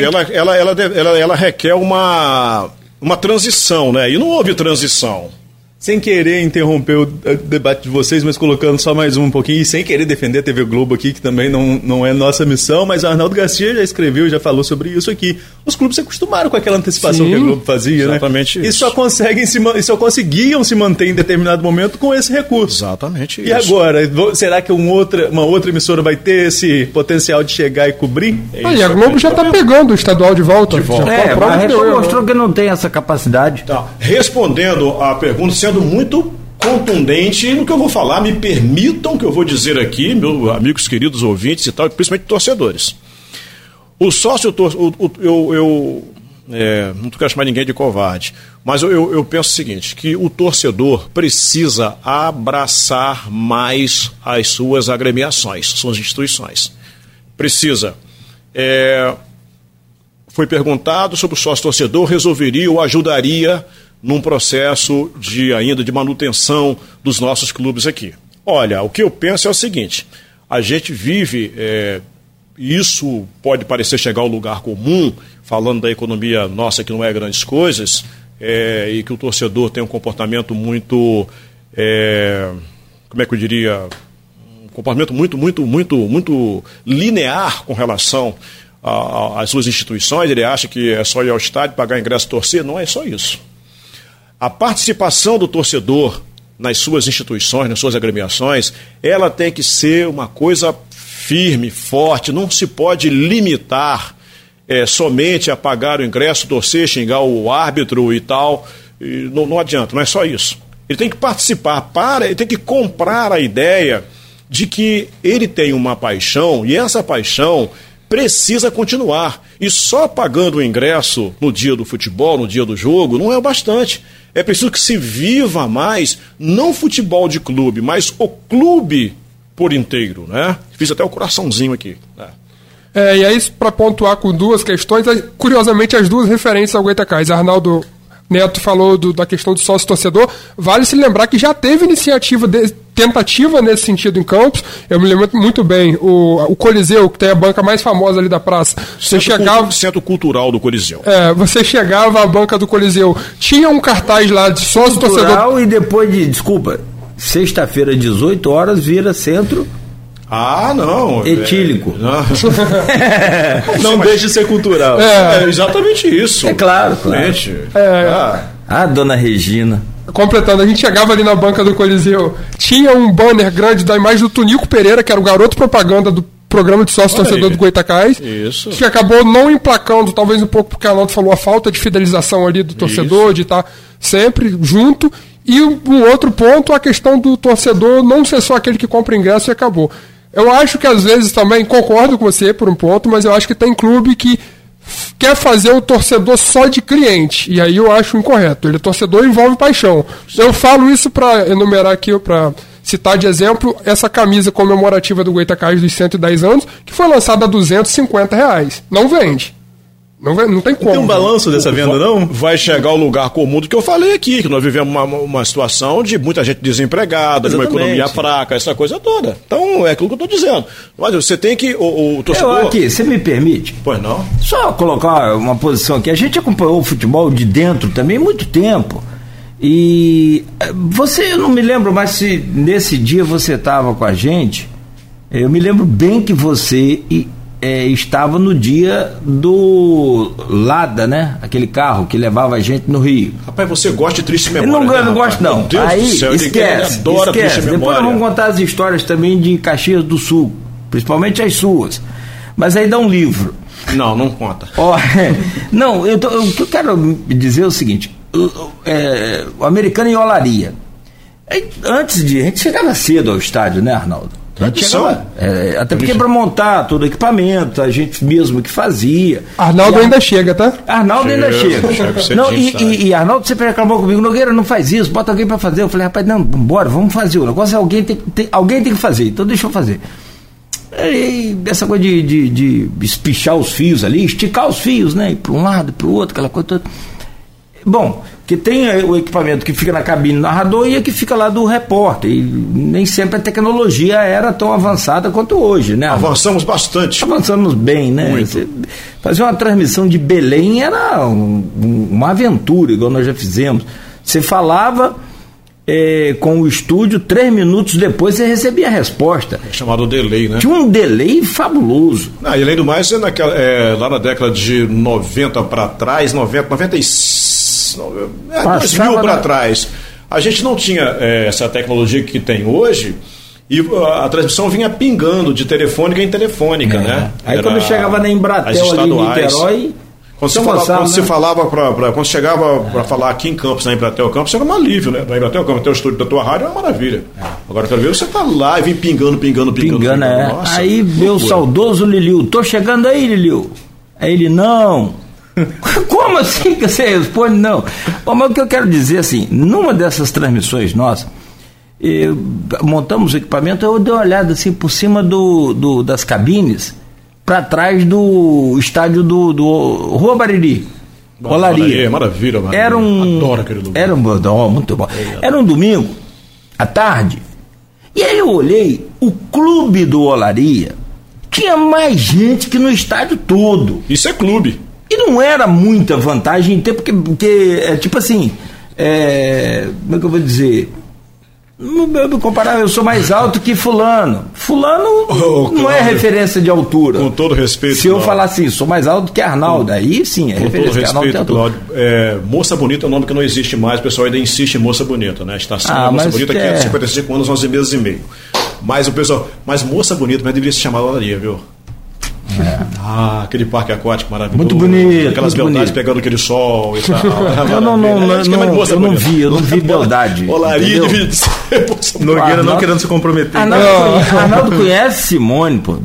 ela requer uma transição, né? E não houve transição. Sem querer interromper o debate de vocês, mas colocando só mais um pouquinho, e sem querer defender a TV Globo aqui, que também não é nossa missão, mas o Arnaldo Garcia já escreveu, já falou sobre isso aqui. Os clubes se acostumaram com aquela antecipação que a Globo fazia, exatamente, né? Isso. E só conseguiam se manter em determinado momento com esse recurso. Exatamente isso. E agora, será que uma outra emissora vai ter esse potencial de chegar e cobrir? E a Globo já está pegando o estadual de volta. A Record mostrou que não tem essa capacidade. Tá. Respondendo à pergunta, sendo muito contundente no que eu vou falar, me permitam que eu vou dizer aqui, meus amigos queridos ouvintes e tal, principalmente torcedores. O sócio, não quero chamar ninguém de covarde, mas eu penso o seguinte, que o torcedor precisa abraçar mais as suas agremiações, suas instituições. Precisa. Foi perguntado sobre o sócio torcedor, resolveria ou ajudaria num processo de manutenção dos nossos clubes aqui. Olha, o que eu penso é o seguinte, a gente vive, isso pode parecer chegar ao lugar comum, falando da economia nossa que não é grandes coisas, e que o torcedor tem um comportamento muito, como é que eu diria, um comportamento muito linear com relação às suas instituições. Ele acha que é só ir ao estádio, pagar ingresso e torcer. Não é só isso. A participação do torcedor nas suas instituições, nas suas agremiações, ela tem que ser uma coisa firme, forte, não se pode limitar somente a pagar o ingresso, torcer, xingar o árbitro e tal, não adianta, não é só isso. Ele tem que participar, ele tem que comprar a ideia de que ele tem uma paixão e essa paixão precisa continuar. E só pagando o ingresso no dia do futebol, no dia do jogo, não é o bastante. É preciso que se viva mais, não futebol de clube, mas o clube por inteiro, né? Fiz até o coraçãozinho aqui. E aí, para pontuar com duas questões, curiosamente as duas referências ao Goitacás. Arnaldo Neto falou da questão do sócio-torcedor. Vale se lembrar que já teve tentativa nesse sentido em Campos. Eu me lembro muito bem, o Coliseu, que tem a banca mais famosa ali da praça. Centro cultural do Coliseu. Você chegava à banca do Coliseu, tinha um cartaz lá de sócio-torcedor. E depois sexta-feira, 18 horas, vira centro... não. Etílico. Não deixe de ser cultural. É exatamente isso. É claro. Dona Regina. Completando, a gente chegava ali na banca do Coliseu, tinha um banner grande da imagem do Tunico Pereira, que era o garoto propaganda do programa de sócio-torcedor do Goitacás, que acabou não emplacando, talvez um pouco porque a Arnaldo falou, a falta de fidelização ali do torcedor, de estar sempre junto. E um outro ponto, a questão do torcedor não ser só aquele que compra ingresso e acabou. Eu acho que às vezes também, concordo com você por um ponto, mas eu acho que tem clube que quer fazer o torcedor só de cliente, e aí eu acho incorreto. Ele torcedor envolve paixão. Eu falo isso para enumerar aqui, para citar de exemplo, essa camisa comemorativa do Goytacazes dos 110 anos, que foi lançada a R$250. Não vende. Não tem como. Tem um balanço dessa venda, não? Vai chegar ao lugar comum do que eu falei aqui, que nós vivemos uma situação de muita gente desempregada, de uma economia fraca, essa coisa toda. Então, é aquilo que eu estou dizendo. Mas você tem que... O torcedor... Aqui, você me permite? Pois não. Só colocar uma posição aqui. A gente acompanhou o futebol de dentro também muito tempo. E eu não me lembro mais se nesse dia você estava com a gente. Eu me lembro bem que você... estava no dia do Lada, né? Aquele carro que levava a gente no Rio. Rapaz, você gosta de triste memória? Eu não gosto, não. Meu Deus aí, do céu, esquece. Depois nós vamos contar as histórias também de Caxias do Sul, principalmente as suas. Mas aí dá um livro. Não conta. Não, o que eu quero dizer é o seguinte: o americano em Olaria. Antes a gente chegava cedo ao estádio, né, Arnaldo? Até porque para montar todo o equipamento, a gente mesmo que fazia. Arnaldo ainda chega, tá? Arnaldo ainda chega. Não, e Arnaldo sempre reclamou comigo: Nogueira, não faz isso, bota alguém para fazer. Eu falei: rapaz, não, bora, vamos fazer. O negócio é alguém tem que fazer, então deixa eu fazer. E essa coisa de espichar os fios ali, esticar os fios, né? Ir para um lado, para o outro, aquela coisa toda. Bom, que tem o equipamento que fica na cabine do narrador e a que fica lá do repórter. E nem sempre a tecnologia era tão avançada quanto hoje, né? Avançamos bastante. Avançamos bem, né? Fazer uma transmissão de Belém era uma aventura, igual nós já fizemos. Você falava com o estúdio, 3 minutos depois você recebia a resposta. É chamado delay, né? Tinha um delay fabuloso. E além do mais, lá na década de 90 para trás, 2000 para trás, a gente não tinha essa tecnologia que tem hoje, e a transmissão vinha pingando de telefônica em telefônica, né? Aí quando chegava na Embratel ali em Niterói, quando chegava para falar aqui em Campos, na Embratel Campos, era um alívio, né? Na Embratel Campos, até o estúdio da tua rádio é uma maravilha. Agora eu quero ver você tá lá e vem pingando. Nossa, aí meu saudoso Liliu: tô chegando aí, Liliu. Aí ele: não. Como assim que você responde não? Bom, mas o que eu quero dizer, assim, numa dessas transmissões nossas, montamos o equipamento, eu dei uma olhada assim por cima das cabines, para trás do estádio do Rua Bariri, Olaria. Maravilha. Adoro aquele lugar. Muito bom. Era um domingo à tarde, e aí eu olhei, o clube do Olaria tinha mais gente que no estádio todo. Isso é clube. E não era muita vantagem em ter, porque tipo assim, como é que eu vou dizer? Me comparar, eu sou mais alto que fulano. Não é referência de altura. Com todo respeito. Se eu falar assim, sou mais alto que Arnaldo, aí sim, é referência que Arnaldo tem altura. Moça Bonita é um nome que não existe mais, o pessoal ainda insiste em Moça Bonita, né? Está sendo Moça Bonita aqui há 55 anos, 11 meses e meio. Mas o pessoal, Moça Bonita, mas deveria se chamar Olaria, viu? Aquele parque aquático maravilhoso. Muito bonito. Aquelas beldades pegando aquele sol e tal. Eu não vi beldade. Olaria devia ser. Nogueira não querendo se comprometer. Arnaldo conhece Simone, pô.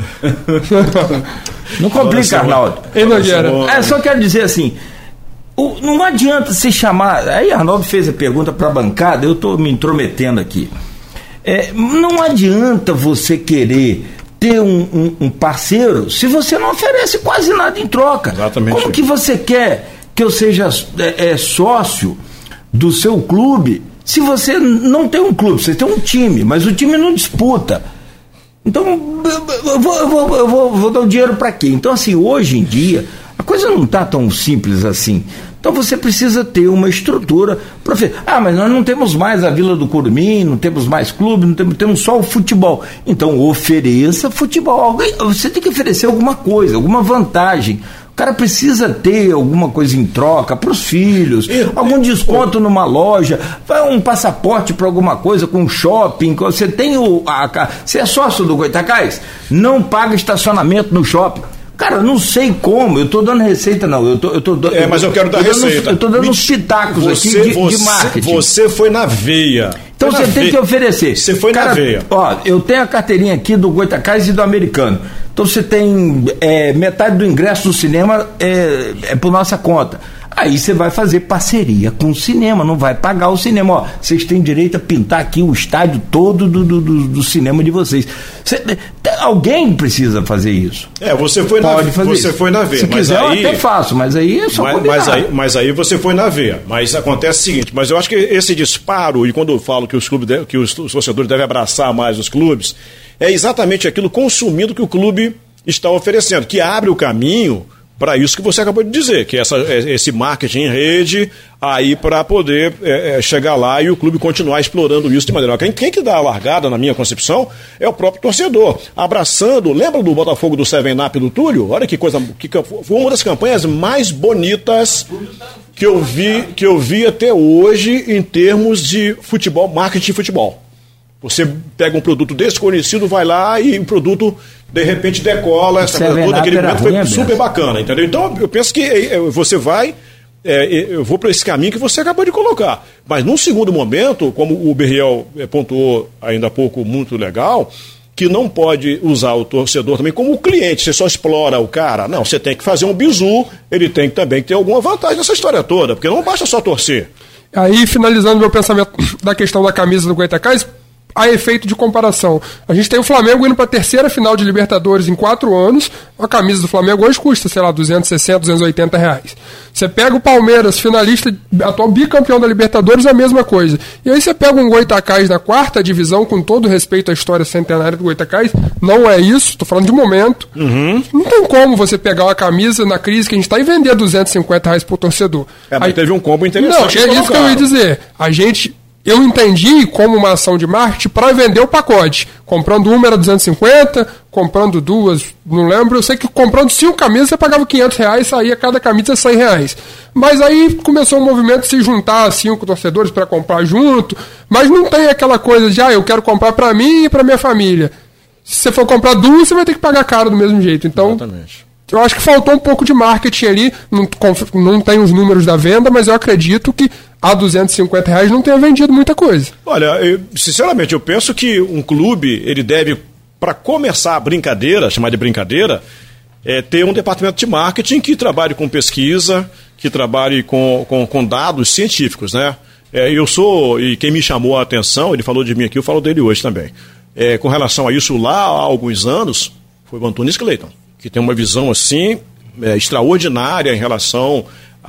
Não complica, Arnaldo. Só quero dizer assim, não adianta se chamar. Aí Arnaldo fez a pergunta para a bancada, eu estou me intrometendo aqui. Não adianta você querer ter um parceiro se você não oferece quase nada em troca. Exatamente. Como que você quer que eu seja sócio do seu clube se você não tem um clube? Você tem um time, mas o time não disputa. Então eu vou dar o dinheiro para quê? Então, assim, hoje em dia a coisa não está tão simples assim. Então você precisa ter uma estrutura para fazer. Mas nós não temos mais a Vila do Curumim, não temos mais clube, temos só o futebol. Então ofereça futebol. Você tem que oferecer alguma coisa, alguma vantagem. O cara precisa ter alguma coisa em troca para os filhos, algum desconto numa loja, um passaporte para alguma coisa com shopping. Você tem você é sócio do Goytacazes? Não paga estacionamento no shopping. Cara, não sei como, eu estou dando receita, não. Mas eu quero dar receita. Eu estou dando uns pitacos aqui de marketing. Você foi na veia. Então você tem que oferecer. Você foi na veia. Ó, eu tenho a carteirinha aqui do Goytacás e do Americano. Então você tem metade do ingresso do cinema é por nossa conta. Aí você vai fazer parceria com o cinema, não vai pagar o cinema. Ó, vocês têm direito a pintar aqui o estádio todo do cinema de vocês. Alguém precisa fazer isso. Você foi na veia. Se quiser, eu até faço, mas aí é só mas aí você foi na veia. Mas acontece o seguinte, mas eu acho que esse disparo, e quando eu falo que os torcedores devem abraçar mais os clubes, é exatamente aquilo consumindo que o clube está oferecendo, que abre o caminho para isso que você acabou de dizer, que esse marketing em rede, aí para poder chegar lá e o clube continuar explorando isso de maneira... Quem que dá a largada, na minha concepção, é o próprio torcedor, abraçando... Lembra do Botafogo do 7-Up do Túlio? Olha que coisa... Foi uma das campanhas mais bonitas que eu vi até hoje em termos de futebol, marketing de futebol. Você pega um produto desconhecido, vai lá e o produto, de repente, decola, essa coisa toda, aquele momento foi super bacana, entendeu? Então, eu penso que você vai... eu vou para esse caminho que você acabou de colocar. Mas, num segundo momento, como o Berriel pontuou ainda há pouco, muito legal, que não pode usar o torcedor também como cliente, você só explora o cara. Não, você tem que fazer um bizu, ele tem que também ter alguma vantagem nessa história toda, porque não basta só torcer. Aí, finalizando meu pensamento da questão da camisa do Goytacás, a efeito de comparação. A gente tem o Flamengo indo para a terceira final de Libertadores em 4 anos. A camisa do Flamengo hoje custa, sei lá, R$260, R$280. Você pega o Palmeiras, finalista, atual bicampeão da Libertadores, a mesma coisa. E aí você pega um Goytacás na 4ª divisão, com todo respeito à história centenária do Goytacás, não é isso, estou falando de momento. Não tem como você pegar uma camisa na crise que a gente está e vender R$250 por torcedor. Mas aí teve um combo interessante. Não, é isso que eu ia dizer. Eu entendi como uma ação de marketing para vender o pacote. Comprando uma era 250, comprando 2, não lembro. Eu sei que comprando 5 camisas você pagava R$500, saía cada camisa R$100. Mas aí começou o movimento de se juntar 5 torcedores para comprar junto. Mas não tem aquela coisa de, eu quero comprar para mim e para minha família. Se você for comprar 2, você vai ter que pagar caro do mesmo jeito. Então, exatamente. Eu acho que faltou um pouco de marketing ali. Não tem os números da venda, mas eu acredito que a R$250 não tenha vendido muita coisa. Olha, sinceramente, eu penso que um clube, ele deve, para começar a brincadeira, chamar de brincadeira, ter um departamento de marketing que trabalhe com pesquisa, que trabalhe com dados científicos, né? E quem me chamou a atenção, ele falou de mim aqui, eu falo dele hoje também. Com relação a isso, lá há alguns anos, foi o Antunes Clayton, que tem uma visão assim extraordinária em relação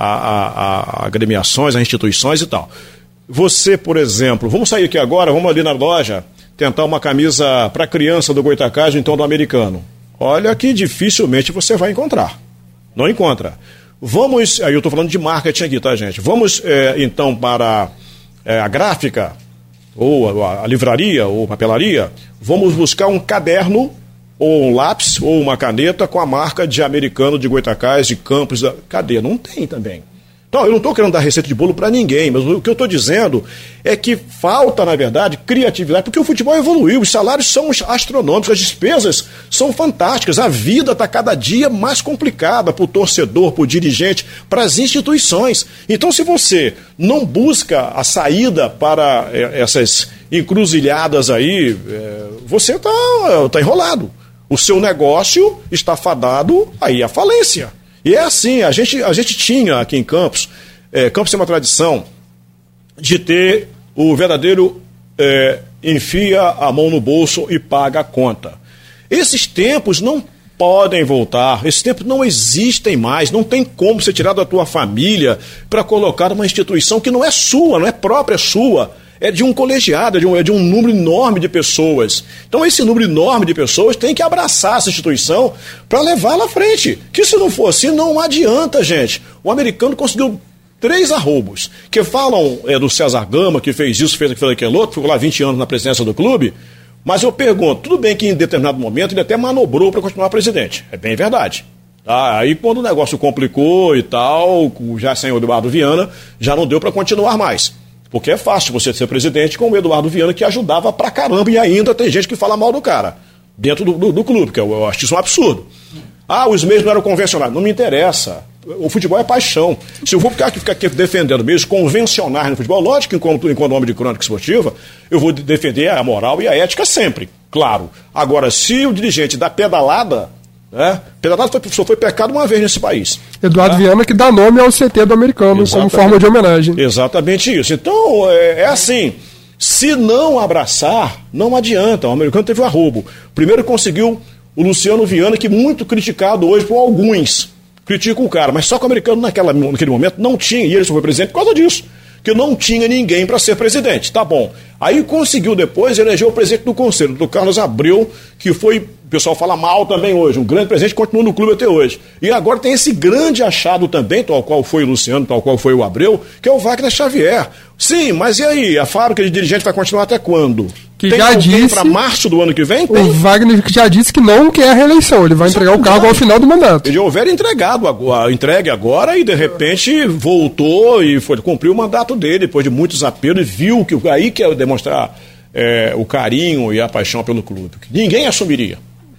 a agremiações, a instituições e tal. Você, por exemplo, vamos sair aqui agora, vamos ali na loja tentar uma camisa para criança do Goytacás, então do Americano. Olha que dificilmente você vai encontrar. Não encontra. Vamos, aí eu estou falando de marketing aqui, tá, gente? Vamos então para a gráfica, ou a livraria, ou papelaria. Vamos buscar um caderno, ou um lápis, ou uma caneta com a marca de Americano, de Goytacás, de Campos. Cadê? Não tem também. Então, eu não estou querendo dar receita de bolo para ninguém, mas o que eu estou dizendo é que falta, na verdade, criatividade, porque o futebol evoluiu, os salários são astronômicos, as despesas são fantásticas, a vida está cada dia mais complicada para o torcedor, para o dirigente, para as instituições. Então, se você não busca a saída para essas encruzilhadas aí, você está enrolado. O seu negócio está fadado aí à falência. E é assim, a gente tinha aqui em Campos, Campos tem uma tradição de ter o verdadeiro enfia a mão no bolso e paga a conta. Esses tempos não podem voltar, esses tempos não existem mais, não tem como você tirar da tua família para colocar numa instituição que não é sua, não é própria sua. É de um colegiado, é de um número enorme de pessoas. Então esse número enorme de pessoas tem que abraçar essa instituição para levá-la à frente. Que se não for assim, não adianta, gente. O Americano conseguiu 3 arroubos, que falam do César Gama, que fez isso, fez aquele outro, ficou lá 20 anos na presidência do clube. Mas eu pergunto, tudo bem que em determinado momento ele até manobrou para continuar presidente. É bem verdade. Aí quando o negócio complicou e tal, já sem o Eduardo Viana, já não deu para continuar mais. Porque é fácil você ser presidente com o Eduardo Viana, que ajudava pra caramba, e ainda tem gente que fala mal do cara dentro do clube, que eu acho isso um absurdo. Os meios não eram convencionais. Não me interessa. O futebol é paixão. Se eu vou ficar aqui defendendo meios convencionais no futebol, lógico que enquanto homem de crônica esportiva, eu vou defender a moral e a ética sempre, claro. Agora, se o dirigente dá pedalada, pedalada só foi pecado uma vez nesse país. Eduardo Viana, que dá nome ao CT do Americano, como forma de homenagem. Exatamente isso. Então, é assim, se não abraçar, não adianta. O Americano teve o arrobo. Primeiro conseguiu o Luciano Viana, que muito criticado hoje por alguns. Critica o cara, mas só que o Americano naquele momento não tinha, e ele só foi presidente por causa disso, que não tinha ninguém para ser presidente. Tá bom. Aí conseguiu depois eleger o presidente do conselho, do Carlos Abreu, que foi, o pessoal fala mal também hoje, um grande presidente, continua no clube até hoje. E agora tem esse grande achado também, tal qual foi o Luciano, tal qual foi o Abreu, que é o Wagner Xavier. Sim, mas e aí? A fábrica de dirigente vai continuar até quando? Que tem já disse para março do ano que vem? Tem. O Wagner já disse que não quer a reeleição, ele vai entregar o cargo ao final do mandato. Ele houver entregue agora e de repente voltou e cumpriu o mandato dele depois de muitos apelos e viu que aí quer demonstrar o carinho e a paixão pelo clube. Ninguém assumiria.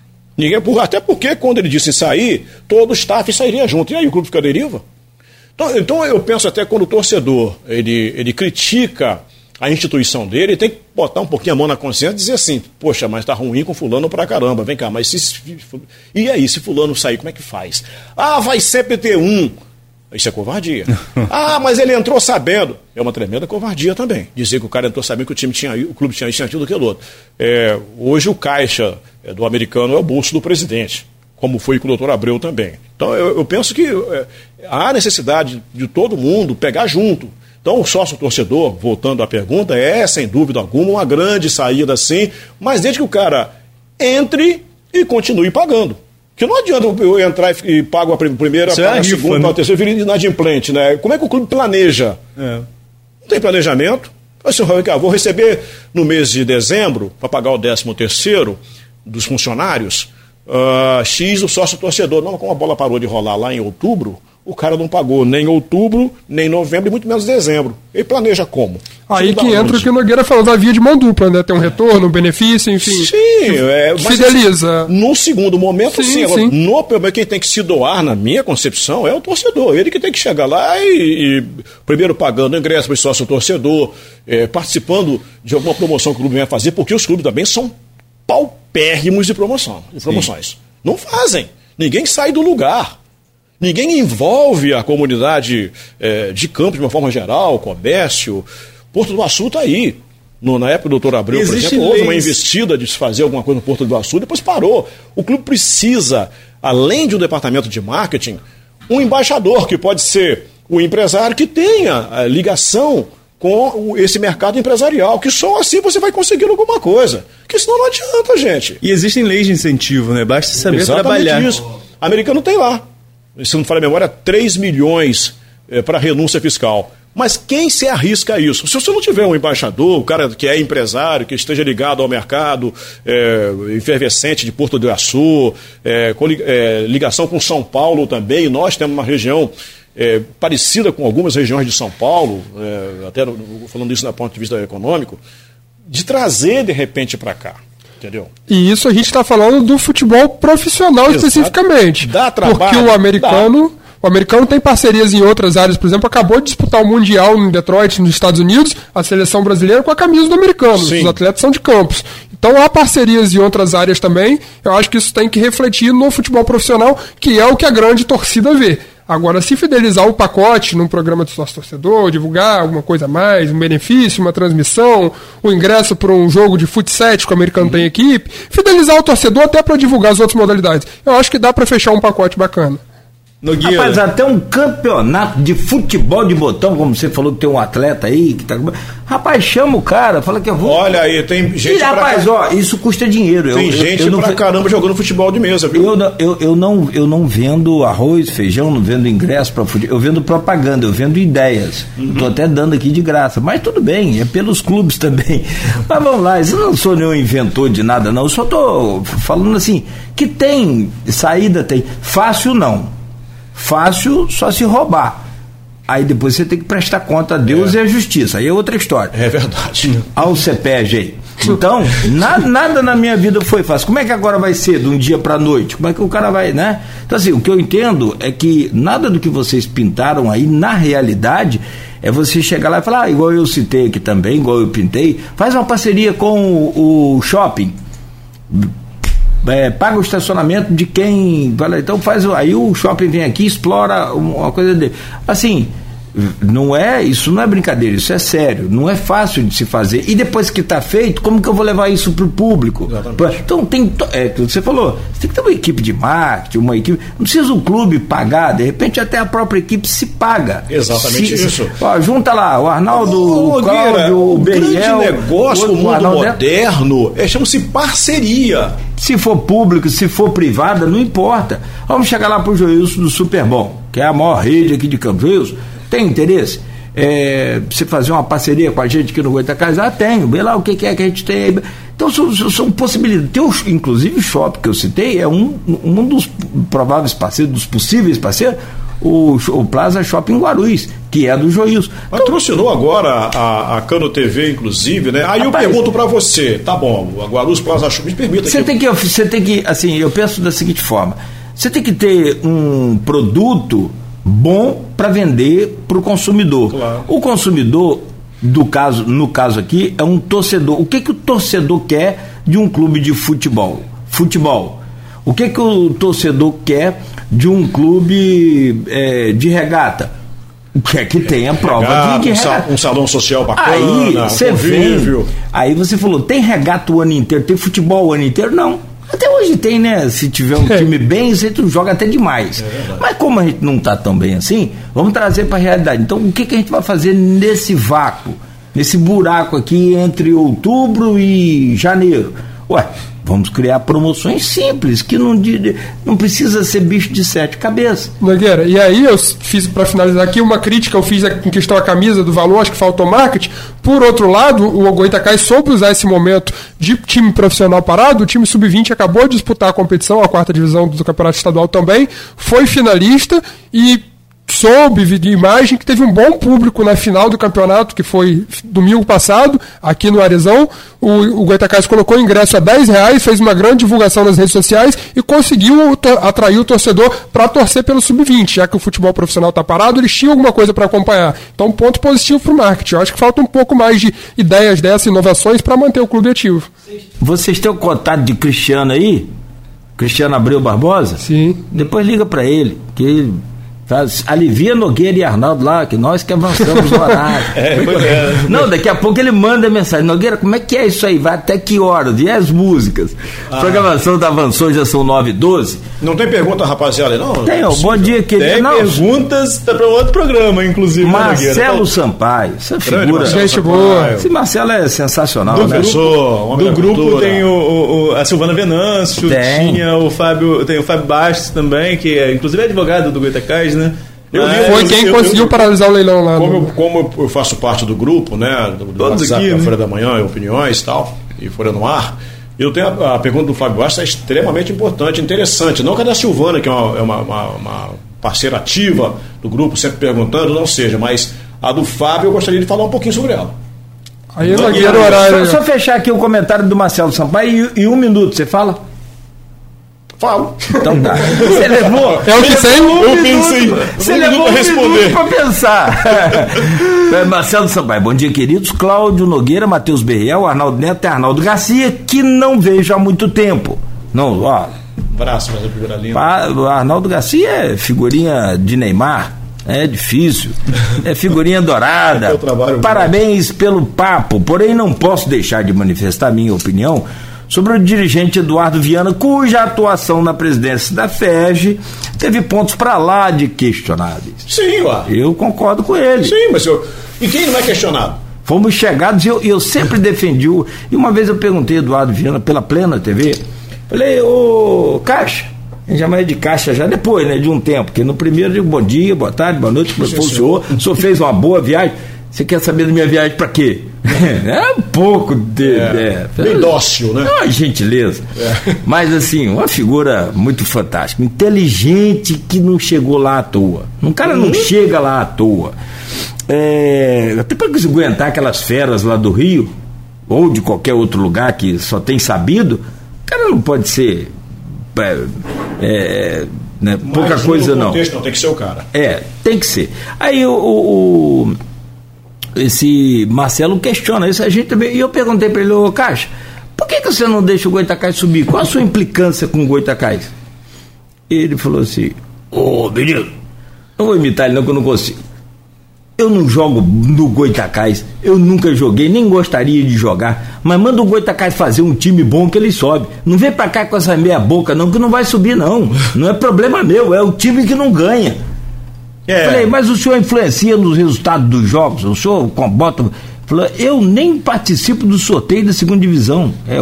Até porque quando ele disse sair, todo o staff sairia junto. E aí o clube fica à deriva? Então eu penso até quando o torcedor ele critica a instituição dele, tem que botar um pouquinho a mão na consciência e dizer assim, poxa, mas tá ruim com fulano pra caramba, vem cá, mas e aí, se fulano sair, como é que faz? Vai sempre ter um. Isso é covardia. Mas ele entrou sabendo. É uma tremenda covardia também. Dizer que o cara entrou sabendo que o clube tinha isso do que o outro. Hoje o caixa do Americano é o bolso do presidente, como foi com o doutor Abreu também. Então eu penso que há necessidade de todo mundo pegar junto. Então, o sócio-torcedor, voltando à pergunta, sem dúvida alguma, uma grande saída sim, mas desde que o cara entre e continue pagando. Porque não adianta eu entrar e pago a primeira, pago a segunda, a terceira, vira inadimplente, né? Como é que o clube planeja? Não tem planejamento. Assim, vou receber no mês de dezembro, para pagar o 13º dos funcionários, X o sócio-torcedor. Não, como a bola parou de rolar lá em outubro, o cara não pagou nem outubro, nem novembro e muito menos dezembro. Ele planeja como? Aí que entra o que o Nogueira falou da via de mão dupla, né? Tem um retorno, um benefício, enfim. Sim, fideliza. Mas, no segundo momento, sim. Agora, quem tem que se doar, na minha concepção, é o torcedor. Ele que tem que chegar lá e primeiro pagando ingresso para o sócio-torcedor, participando de alguma promoção que o clube venha fazer, porque os clubes também são paupérrimos de promoções. Sim. Não fazem. Ninguém sai do lugar. Ninguém envolve a comunidade de campo de uma forma geral, comércio. Porto do Açu está aí. Na época do doutor Abreu, por exemplo, houve uma investida de se fazer alguma coisa no Porto do Açu, depois parou. O clube precisa, além de um departamento de marketing, um embaixador, que pode ser o empresário que tenha ligação com esse mercado empresarial, que só assim você vai conseguir alguma coisa. Porque senão não adianta, gente. E existem leis de incentivo, né? Basta saber trabalhar. Isso. O Americano tem lá. Se não me falha a memória, 3 milhões para renúncia fiscal. Mas quem se arrisca a isso? Se você não tiver um embaixador, o cara que é empresário, que esteja ligado ao mercado efervescente de Porto do Açu, com ligação com São Paulo também, nós temos uma região parecida com algumas regiões de São Paulo, até falando isso do ponto de vista econômico, de trazer de repente para cá. Entendeu? E isso a gente está falando do futebol profissional. Exato. Especificamente. Dá trabalho. Porque o americano tem parcerias em outras áreas. Por exemplo, acabou de disputar o Mundial em Detroit, nos Estados Unidos, a seleção brasileira com a camisa do americano. Sim. Os atletas são de campos. Então há parcerias em outras áreas também. Eu acho que isso tem que refletir no futebol profissional, que é o que a grande torcida vê. Agora, se fidelizar o pacote num programa de sócio-torcedor, divulgar alguma coisa a mais, um benefício, uma transmissão, um ingresso para um jogo de futsal que o americano tem equipe, fidelizar o torcedor até para divulgar as outras modalidades. Eu acho que dá para fechar um pacote bacana. Nogueira. Rapaz, até um campeonato de futebol de botão, como você falou que tem um atleta aí que tá... Rapaz, chama o cara, fala que eu vou... Olha aí, tem gente rapaz, isso custa dinheiro. Tem gente pra caramba jogando futebol de mesa, viu? Eu não vendo arroz, feijão, não vendo ingresso pra futebol, eu vendo propaganda, eu vendo ideias. Tô até dando aqui de graça, mas tudo bem, é pelos clubes também. Mas vamos lá, eu não sou nenhum inventor de nada não, eu só tô falando assim, que tem saída, tem. Fácil não. Fácil só se roubar. Aí depois você tem que prestar conta a Deus e a justiça. Aí é outra história. É verdade. Ao CEPEG aí. Então, nada na minha vida foi fácil. Como é que agora vai ser de um dia para a noite? Como é que o cara vai, né? Então, assim, o que eu entendo é que nada do que vocês pintaram aí, na realidade, é você chegar lá e falar, igual eu citei aqui também, igual eu pintei, faz uma parceria com o shopping, paga o estacionamento de quem... Então faz, aí o shopping vem aqui, explora uma coisa dele. Assim... isso não é brincadeira, isso é sério, não é fácil de se fazer, e depois que está feito, como que eu vou levar isso para o público? Exatamente. Então tudo que você falou, você tem que ter uma equipe de marketing, uma equipe, não precisa o clube pagar, de repente até a própria equipe se paga. Exatamente isso. Junta lá o Arnaldo, o Cláudio, o Beriel. O grande negócio do mundo moderno chama-se parceria. Se for público, se for privada, não importa. Vamos chegar lá para o Joilson do Superbom, que é a maior rede aqui de Campos. Joilson, tem interesse? Você fazer uma parceria com a gente aqui no Goitacás? Tenho. Vê lá o que é que a gente tem aí. Então são possibilidades. Inclusive o shopping que eu citei é um dos prováveis parceiros, dos possíveis parceiros, o Plaza Shopping Guarulhos, que é do Joilson. Patrocinou agora a Cano TV, inclusive, né? Aí rapaz, eu pergunto pra você, tá bom, a Guarulhos Plaza Shopping, me permita. Você tem que, assim, eu penso da seguinte forma, você tem que ter um produto bom para vender para o consumidor. Claro. O consumidor, no caso aqui, é um torcedor. O que o torcedor quer de um clube de futebol? O que o torcedor quer de um clube de regata? Quer que tenha prova de regata. Um salão social bacana, aí você vem, aí você falou, tem regata o ano inteiro, tem futebol o ano inteiro? Não. Até hoje tem, né? Se tiver um time bem, você joga até demais. Mas como a gente não está tão bem assim, vamos trazer para a realidade. Então, o que a gente vai fazer nesse vácuo, nesse buraco aqui entre outubro e janeiro? Vamos criar promoções simples, que não precisa ser bicho de 7 cabeças. Nogueira, e aí eu fiz, para finalizar aqui, uma crítica, eu fiz em questão a camisa do valor, acho que faltou marketing. Por outro lado, o Goitacás soube usar esse momento de time profissional parado. O time sub-20 acabou de disputar a competição, a 4ª divisão do Campeonato Estadual também, foi finalista e soube de imagem que teve um bom público na final do campeonato, que foi domingo passado, aqui no Arezão. O Goitacás colocou o ingresso a R$10, fez uma grande divulgação nas redes sociais e conseguiu atrair o torcedor para torcer pelo sub-20, já que o futebol profissional está parado, eles tinham alguma coisa para acompanhar. Então, ponto positivo para o marketing. Eu acho que falta um pouco mais de ideias dessas, inovações, para manter o clube ativo. Vocês têm o contato de Cristiano aí? Cristiano Abreu Barbosa? Sim. Depois liga para ele, que ele... alivia Nogueira e Arnaldo lá, que nós que avançamos no horário. Não, daqui a pouco ele manda mensagem, Nogueira, como é que é isso aí? Vai até que horas? E as músicas? A programação da avançou, já são 9h12. Não tem pergunta, rapaziada, não? Tem, bom dia, querido. Tem perguntas para outro programa, inclusive. Marcelo Sampaio, essa figura. Gente boa. Esse Marcelo é sensacional, do né? Do grupo tem a Silvana Venâncio, tinha o Fábio, tem o Fábio Bastos também, que é, inclusive é advogado do Goitacás, né? Foi quem conseguiu paralisar o leilão lá. Como eu faço parte do grupo, né? Do WhatsApp, aqui, né? Folha da Manhã, Opiniões e tal, e Folha no Ar, eu tenho a pergunta do Fábio Bastos, é extremamente importante, interessante. Não que a da Silvana, que é uma parceira ativa do grupo, sempre perguntando, não seja, mas a do Fábio eu gostaria de falar um pouquinho sobre ela. Aí eu não horário. Só fechar aqui o comentário do Marcelo Sampaio e 1 minuto, você fala? Falo. Então tá. Você levou. É o que tem? Eu pensei. Você levou um minuto para pensar. Marcelo Sampaio, bom dia, queridos. Cláudio Nogueira, Matheus Berriel, Arnaldo Neto e Arnaldo Garcia, que não vejo há muito tempo. Não, ó. Braço, mas a figura linda. Arnaldo Garcia é figurinha de Neymar. É difícil. É figurinha dourada. Parabéns pelo papo. Porém, não posso deixar de manifestar minha opinião sobre o dirigente Eduardo Viana, cuja atuação na presidência da FERJ teve pontos para lá de questionáveis. Sim, ué. Eu concordo com ele. Sim, mas e quem não é questionado? Fomos chegados, eu sempre defendi e uma vez eu perguntei a Eduardo Viana pela Plena TV, falei, ô Caixa, a gente chama de Caixa já depois, né, de um tempo, porque no primeiro eu digo bom dia, boa tarde, boa noite, como foi o senhor fez uma boa viagem. Você quer saber da minha viagem para quê? É um pouco bem dócil, né? Uma gentileza. Mas assim, uma figura muito fantástica, inteligente, que não chegou lá à toa. Um cara não chega lá à toa. Até para aguentar aquelas feras lá do Rio, ou de qualquer outro lugar que só tem sabido, o cara não pode ser né, pouca coisa não. Não tem que ser o cara. Tem que ser. Aí esse Marcelo questiona isso, a gente também, e eu perguntei para ele: ô Caixa, por que você não deixa o Goytacás subir? Qual a sua implicância com o Goytacás? Ele falou assim: menino, não vou imitar ele não, que eu não consigo. Eu não jogo no Goytacás, eu nunca joguei, nem gostaria de jogar, mas manda o Goytacás fazer um time bom que ele sobe. Não vem pra cá com essa meia boca não, que não vai subir não. Não é problema meu, é o time que não ganha. Falei, mas o senhor influencia nos resultados dos jogos? O senhor bota... Falou, eu nem participo do sorteio da segunda divisão. É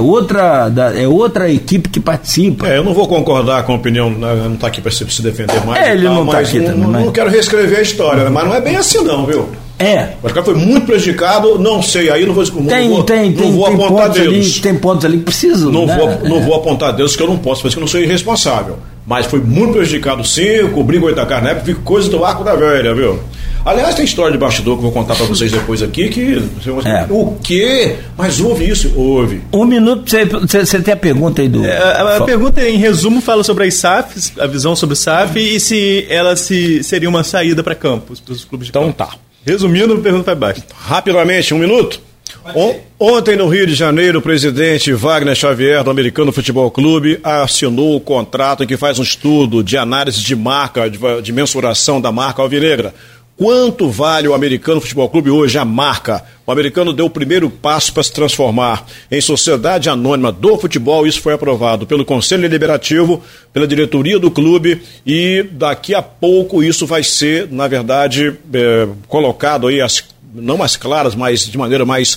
outra equipe que participa. Eu não vou concordar com a opinião, não está aqui para se defender mais. Ele não está aqui também. Não quero reescrever a história, mas não é bem assim não, viu? O cara foi muito prejudicado, não sei, aí não vou apontar dedos. Tem pontos ali que precisam. Não vou apontar dedos, que eu não posso, porque eu não sou irresponsável. Mas foi muito prejudicado sim, cobri o Goytacás na época, fica coisa do arco da velha, viu? Aliás, tem história de bastidor que eu vou contar para vocês depois aqui, que... O quê? Mas houve isso? Houve. Um minuto, você tem a pergunta aí do... A pergunta, em resumo, fala sobre as SAFs, a visão sobre o SAF, e se ela seria uma saída para campos, para os clubes de campo. Tá. Resumindo, pergunta para baixo. Rapidamente, um minuto. Ontem no Rio de Janeiro, o presidente Wagner Xavier do Americano Futebol Clube assinou o contrato em que faz um estudo de análise de marca, de mensuração da marca alvinegra. Quanto vale o Americano Futebol Clube hoje, a marca? O Americano deu o primeiro passo para se transformar em sociedade anônima do futebol. Isso foi aprovado pelo Conselho Deliberativo, pela diretoria do clube, e daqui a pouco isso vai ser, na verdade, colocado aí, não mais claras, mas de maneira mais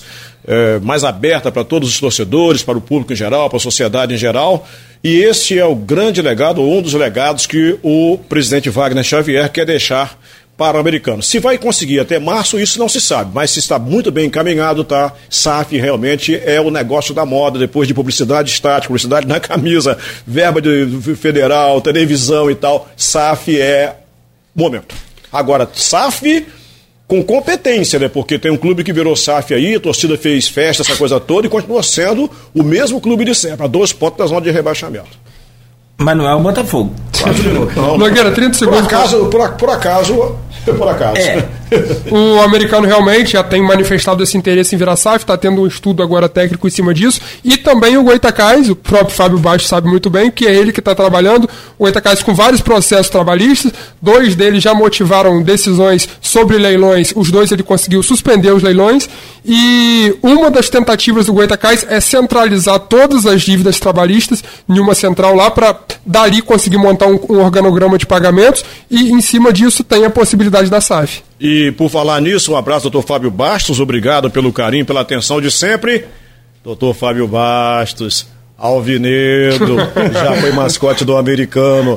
aberta para todos os torcedores, para o público em geral, para a sociedade em geral. E esse é o grande legado, ou um dos legados que o presidente Wagner Xavier quer deixar para o Americano. Se vai conseguir até março, isso não se sabe, mas se está muito bem encaminhado, tá? SAF realmente é o negócio da moda, depois de publicidade estática, publicidade na camisa, verba de federal, televisão e tal. SAF é momento. Agora, SAF com competência, né? Porque tem um clube que virou SAF aí, a torcida fez festa, essa coisa toda, e continua sendo o mesmo clube de sempre, a 2 pontos da zona de rebaixamento. Mas não é o Botafogo. Nogueira, 30 segundos. Por acaso. O Americano realmente já tem manifestado esse interesse em virar SAF, está tendo um estudo agora técnico em cima disso, e também o Goytacás, o próprio Fábio Bastos sabe muito bem que é ele que está trabalhando, o Goytacás com vários processos trabalhistas, 2 deles já motivaram decisões sobre leilões, os 2 ele conseguiu suspender os leilões, e uma das tentativas do Goytacás é centralizar todas as dívidas trabalhistas em uma central lá, para dali conseguir montar um organograma de pagamentos, e em cima disso tem a possibilidade da SAF. E por falar nisso, um abraço, doutor Fábio Bastos, obrigado pelo carinho, pela atenção de sempre. Doutor Fábio Bastos, alvinegro, já foi mascote do Americano.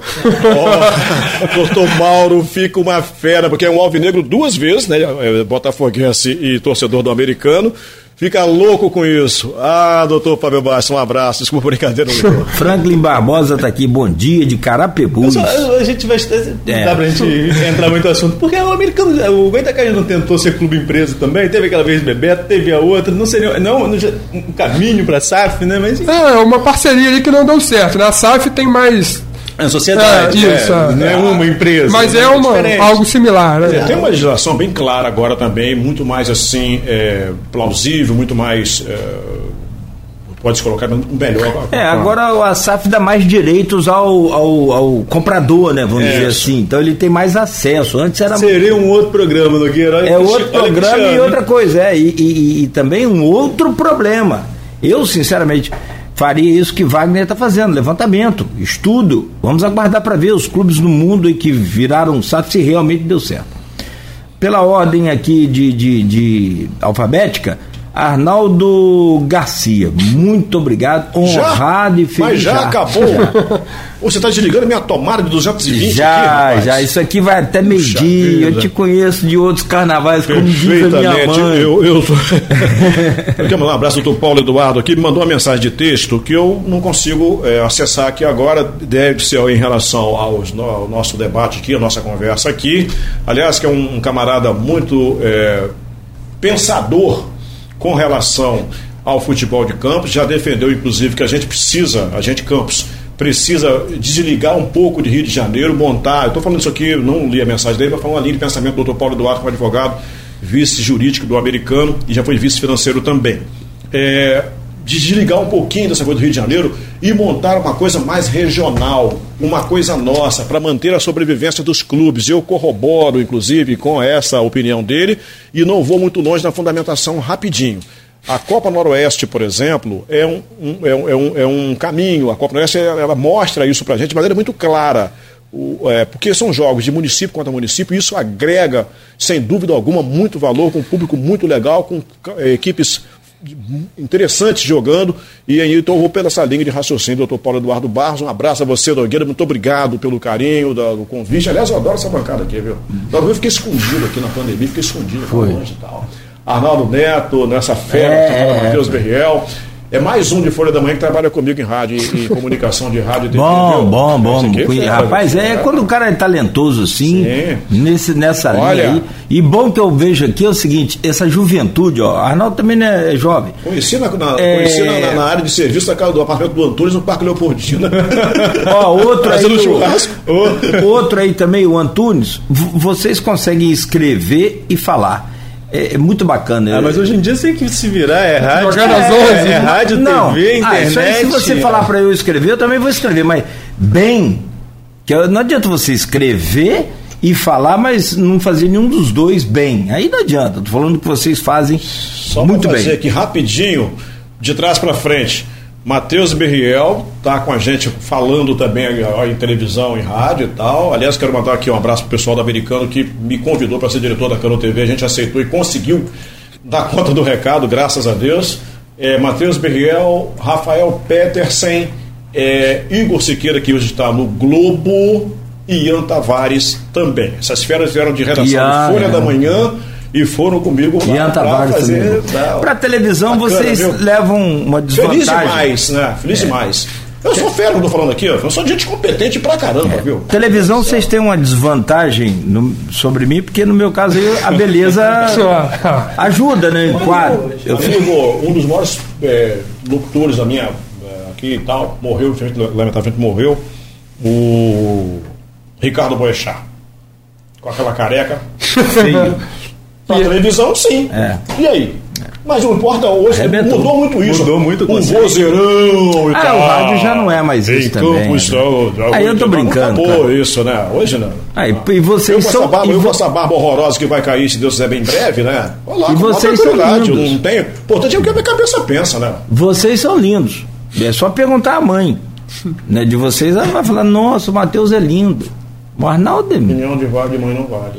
Doutor Mauro fica uma fera, porque é um alvinegro 2 vezes, né? Botafoguense e torcedor do Americano. Fica louco com isso. Doutor Fábio Bastos, um abraço. Desculpa, brincadeira. Franklin Barbosa tá aqui, bom dia, de Carapebus. A gente vai... Não dá pra gente entrar muito no assunto. Porque o Americano, o Goytacás não tentou ser clube empresa também? Teve aquela vez Bebeto, teve a outra. Não seria um caminho pra SAF, né? Mas... É uma parceria ali que não deu certo, né? A SAF tem mais... É sociedade, não é uma empresa. Mas é algo similar. Né? Tem uma legislação bem clara agora também, muito mais assim, plausível, muito mais... pode se colocar melhor. Agora a SAF dá mais direitos ao comprador, né? Vamos dizer assim. Então ele tem mais acesso. Antes era... Seria um outro programa, Nogueira. Outro programa e outra coisa. E também um outro problema. Eu, sinceramente... faria isso que Wagner está fazendo, levantamento, estudo. Vamos aguardar para ver os clubes no mundo que viraram SAF se realmente deu certo. Pela ordem aqui de alfabética, Arnaldo Garcia, muito obrigado, honrado e feliz. Mas já acabou? Você está desligando minha tomada de 220 já, aqui, já, isso aqui vai até meio-dia. Eu te conheço de outros carnavais, como diz a minha mãe. Eu quero mandar um abraço ao doutor Paulo Eduardo aqui, me mandou uma mensagem de texto que eu não consigo acessar aqui agora, deve ser em relação ao nosso debate aqui, a nossa conversa aqui. Aliás, que é um camarada muito pensador com relação ao futebol de campos, já defendeu inclusive que a gente Campos, precisa desligar um pouco de Rio de Janeiro, montar, eu estou falando isso aqui, não li a mensagem dele, mas foi uma linha de pensamento do Dr. Paulo Eduardo, como advogado, vice-jurídico do Americano e já foi vice-financeiro também. Desligar um pouquinho dessa coisa do Rio de Janeiro e montar uma coisa mais regional, uma coisa nossa, para manter a sobrevivência dos clubes. Eu corroboro, inclusive, com essa opinião dele e não vou muito longe na fundamentação rapidinho. A Copa Noroeste, por exemplo, é um caminho. A Copa Noroeste ela mostra isso para a gente de maneira muito clara. Porque são jogos de município contra município e isso agrega, sem dúvida alguma, muito valor, com um público muito legal, com equipes interessantes jogando, e aí então eu vou pela essa linha de raciocínio do Dr. Paulo Eduardo Barros. Um abraço a você, Nogueira, muito obrigado pelo carinho do convite. Aliás, eu adoro essa bancada aqui, viu? Eu fiquei escondido aqui na pandemia, fiquei escondido longe e tal. Arnaldo Neto, nessa fera, Matheus Berriel. É mais um de Folha da Manhã que trabalha comigo em rádio e comunicação de rádio e TV. Bom. Rapaz, quando o cara é talentoso assim, nessa linha aí. E bom que eu vejo aqui é o seguinte, essa juventude, Arnaldo também é jovem. Conheci na área de serviço do apartamento do Antunes, no Parque Leopoldina. Outro aí, outro aí também, o Antunes, vocês conseguem escrever e falar. É muito bacana. Mas hoje em dia você tem que se virar, rádio. Rádio, não, TV, internet. Isso aí, se você falar para eu escrever, eu também vou escrever, mas bem, que não adianta você escrever e falar, mas não fazer nenhum dos dois bem. Aí não adianta, tô falando que vocês fazem muito bem. Só fazer aqui rapidinho, de trás para frente. Matheus Berriel está com a gente falando também em televisão, em rádio e tal. Aliás, quero mandar aqui um abraço pro pessoal do Americano que me convidou para ser diretor da Cano TV. A gente aceitou e conseguiu dar conta do recado, graças a Deus. Matheus Berriel, Rafael Petersen, Igor Siqueira, que hoje está no Globo, e Ian Tavares também. Essas feras vieram de redação do Folha da Manhã e foram comigo lá para fazer. Para televisão, bacana, vocês levam uma desvantagem. Feliz demais, né? Feliz demais. Eu sou fera que eu tô falando aqui, eu sou gente competente pra caramba, viu? Televisão, vocês têm uma desvantagem sobre mim, porque no meu caso a beleza ajuda, né? Um dos maiores locutores da minha aqui e tal, morreu, lamentavelmente morreu, o Ricardo Boechat, com aquela careca feia. Pra televisão, sim. E aí? Mas não importa hoje, mudou muito isso. Mudou muito um vozeirão e tal. O rádio já não é mais isso também. Aí eu tô brincando. Pô, isso, né? Hoje não. E vocês são... Eu com essa barba horrorosa que vai cair, se Deus quiser, bem breve, né? Olá, e vocês são lindos. Não tem... Importante é o que a minha cabeça pensa, né? Vocês são lindos. É só perguntar à mãe, né, de vocês, ela vai falar, nossa, o Matheus é lindo. O Arnaldo é... Opinião de vale, mãe não vale.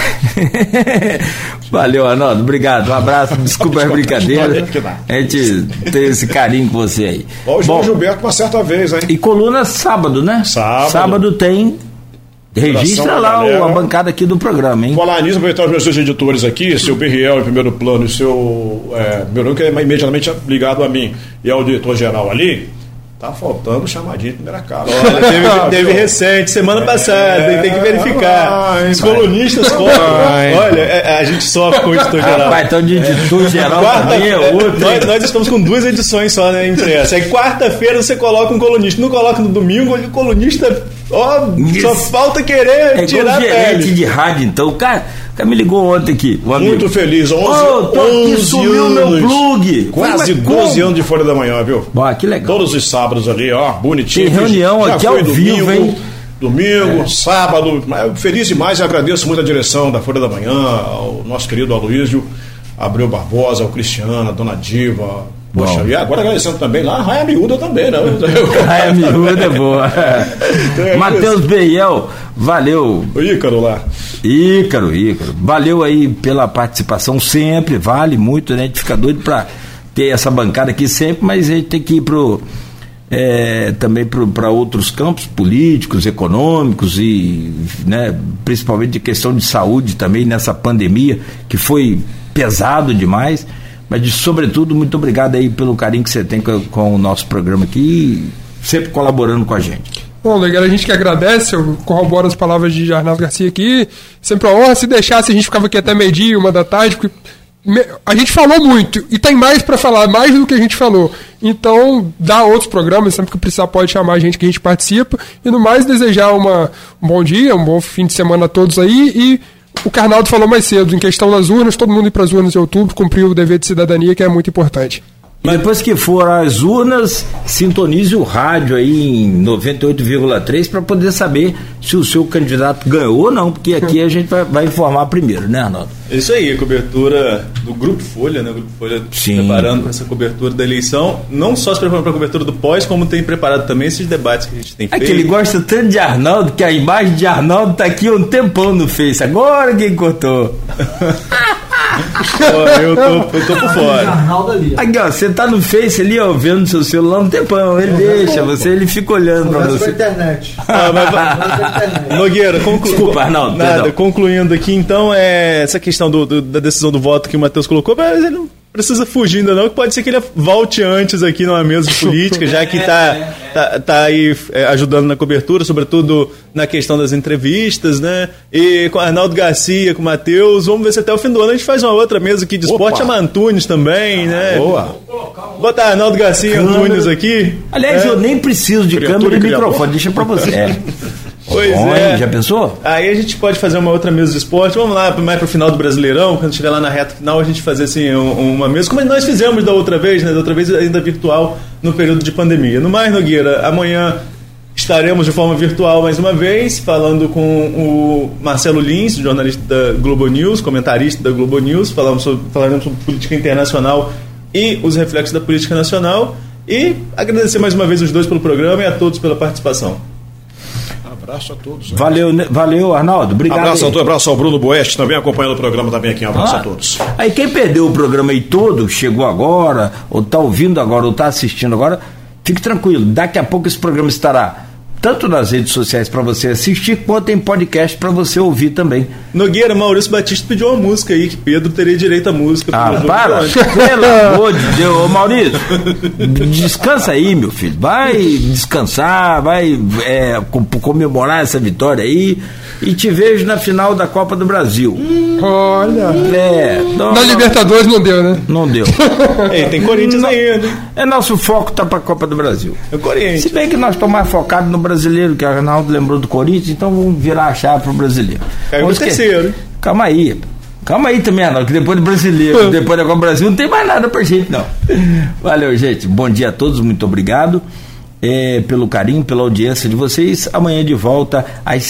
Valeu, Arnaldo, obrigado, um abraço, desculpa a brincadeira, a gente tem esse carinho com você aí. O João Gilberto uma certa vez, hein? E coluna sábado, né? Sábado tem, registra lá a bancada aqui do programa, hein? Falar nisso, aproveitar os meus dois editores aqui, seu Berriel em primeiro plano e seu meu nome que é imediatamente ligado a mim e ao diretor-geral ali. Tá faltando chamadinha de primeira cara. Teve recente, semana passada, tem que verificar. Os colunistas cobram. Olha, a gente sofre com o editor geral. Vai, então de editor geral também é outro. Nós estamos com 2 edições só, né, impressa. Aí quarta-feira você coloca um colunista, não coloca no domingo, o colunista, só falta querer tirar a pele. Gerente de rádio, então, o cara me ligou ontem aqui. Muito feliz, 11 anos. Sumiu meu plug. Quase 12 anos de Folha da Manhã, viu? Que legal. Todos os sábados ali, bonitinho. Tem reunião aqui ao vivo, hein? Domingo, sábado. Feliz demais e agradeço muito a direção da Folha da Manhã, ao nosso querido Aloísio Abreu Barbosa, ao Cristiano, a Dona Diva. Poxa, e agora agradecendo também lá a Raia Miúda também, né? Raia Miúda é boa. Matheus Berriel, valeu. O Ícaro lá. Ícaro. Valeu aí pela participação, sempre, vale muito, né? A gente fica doido pra ter essa bancada aqui sempre, mas a gente tem que ir também para outros campos políticos, econômicos e, né, principalmente de questão de saúde também nessa pandemia, que foi pesado demais. Mas, sobretudo, muito obrigado aí pelo carinho que você tem com o nosso programa aqui, sempre colaborando com a gente. Bom, legal, a gente que agradece, eu corroboro as palavras de Arnaldo Garcia aqui, sempre uma honra. Se deixasse, a gente ficava aqui até meio-dia, 1 da tarde, porque a gente falou muito e tem mais para falar, mais do que a gente falou. Então, dá outros programas, sempre que precisar pode chamar a gente que a gente participa. E no mais, desejar um bom dia, um bom fim de semana a todos aí. E o Arnaldo falou mais cedo, em questão das urnas, todo mundo ir para as urnas em outubro, cumprir o dever de cidadania, que é muito importante. Mas depois que for às urnas, sintonize o rádio aí em 98,3 para poder saber se o seu candidato ganhou ou não, porque aqui a gente vai informar primeiro, né, Arnaldo? Isso aí, a cobertura do Grupo Folha, né? O Grupo Folha preparando essa cobertura da eleição, não só se preparando para a cobertura do pós, como tem preparado também esses debates que a gente tem feito. É que ele gosta tanto de Arnaldo, que a imagem de Arnaldo tá aqui um tempão no Face, agora quem cortou? Eu tô por fora. Aqui, ó, você tá no Face ali, ó, vendo seu celular um tempão, ele deixa você, ele fica olhando pra você. Internet. Nogueira, desculpa, Arnaldo. Concluindo aqui, então, essa questão da decisão do voto que o Matheus colocou, mas ele não precisa fugir ainda não, que pode ser que ele volte antes aqui numa mesa de política, já que tá aí ajudando na cobertura, sobretudo na questão das entrevistas, né? E com o Arnaldo Garcia, com o Matheus, vamos ver se até o fim do ano a gente faz uma outra mesa aqui de esporte, chama Antunes também, né? Boa. Botar Arnaldo Garcia e Antunes aqui. Aliás, eu nem preciso de câmera e microfone, deixa pra você. Pois é. Já pensou? Aí a gente pode fazer uma outra mesa de esporte. Vamos lá, mais pro final do Brasileirão, quando estiver lá na reta final, a gente fazer assim uma mesa, como nós fizemos da outra vez, né? Da outra vez ainda virtual, no período de pandemia. No mais, Nogueira, amanhã estaremos de forma virtual mais uma vez, falando com o Marcelo Lins, jornalista da Globo News, comentarista da Globo News, falaremos sobre política internacional e os reflexos da política nacional. E agradecer mais uma vez os dois pelo programa e a todos pela participação. Abraço a todos. Valeu, Arnaldo. Obrigado. Abraço ao Bruno Boeste, também acompanhando o programa também aqui. Abraço a todos. Aí quem perdeu o programa aí todo, chegou agora, ou está ouvindo agora, ou está assistindo agora, fique tranquilo. Daqui a pouco esse programa estará tanto nas redes sociais para você assistir, quanto em podcast para você ouvir também. Nogueira, Maurício Batista pediu uma música aí, que Pedro teria direito à música. Para! Pelo amor de Deus, ô Maurício, descansa aí, meu filho. Vai descansar, vai comemorar essa vitória aí. E te vejo na final da Copa do Brasil. Olha. Na Libertadores não deu, né? Não deu. Tem Corinthians ainda. Nosso foco tá pra Copa do Brasil. É o Corinthians. Se bem que nós estamos mais focados no brasileiro, que o Arnaldo lembrou do Corinthians, então vamos virar a chave pro brasileiro. Caiu no terceiro. Calma aí também, Arnaldo, que depois do brasileiro, depois da Copa do Brasil, não tem mais nada pra gente, não. Valeu, gente. Bom dia a todos, muito obrigado. Pelo carinho, pela audiência de vocês. Amanhã de volta às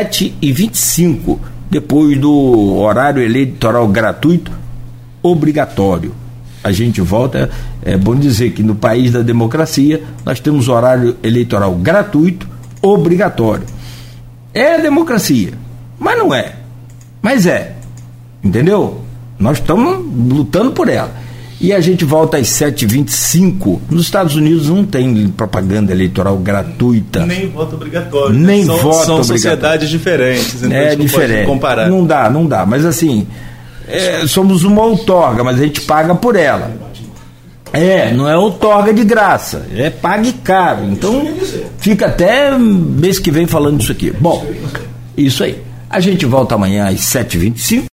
7h25, depois do horário eleitoral gratuito obrigatório. A gente volta. É bom dizer que no país da democracia nós temos horário eleitoral gratuito obrigatório. É democracia, mas não é. Mas é, entendeu? Nós estamos lutando por ela. E a gente volta às 7h25. Nos Estados Unidos não tem propaganda eleitoral gratuita. Nem voto obrigatório. Nem voto obrigatório. São sociedades diferentes. Então a gente diferente. Não pode comparar. Não dá. Mas assim, somos uma outorga, mas a gente paga por ela. Não é outorga de graça. Pague caro. Então fica até mês que vem falando disso aqui. Bom, isso aí. A gente volta amanhã às 7h25.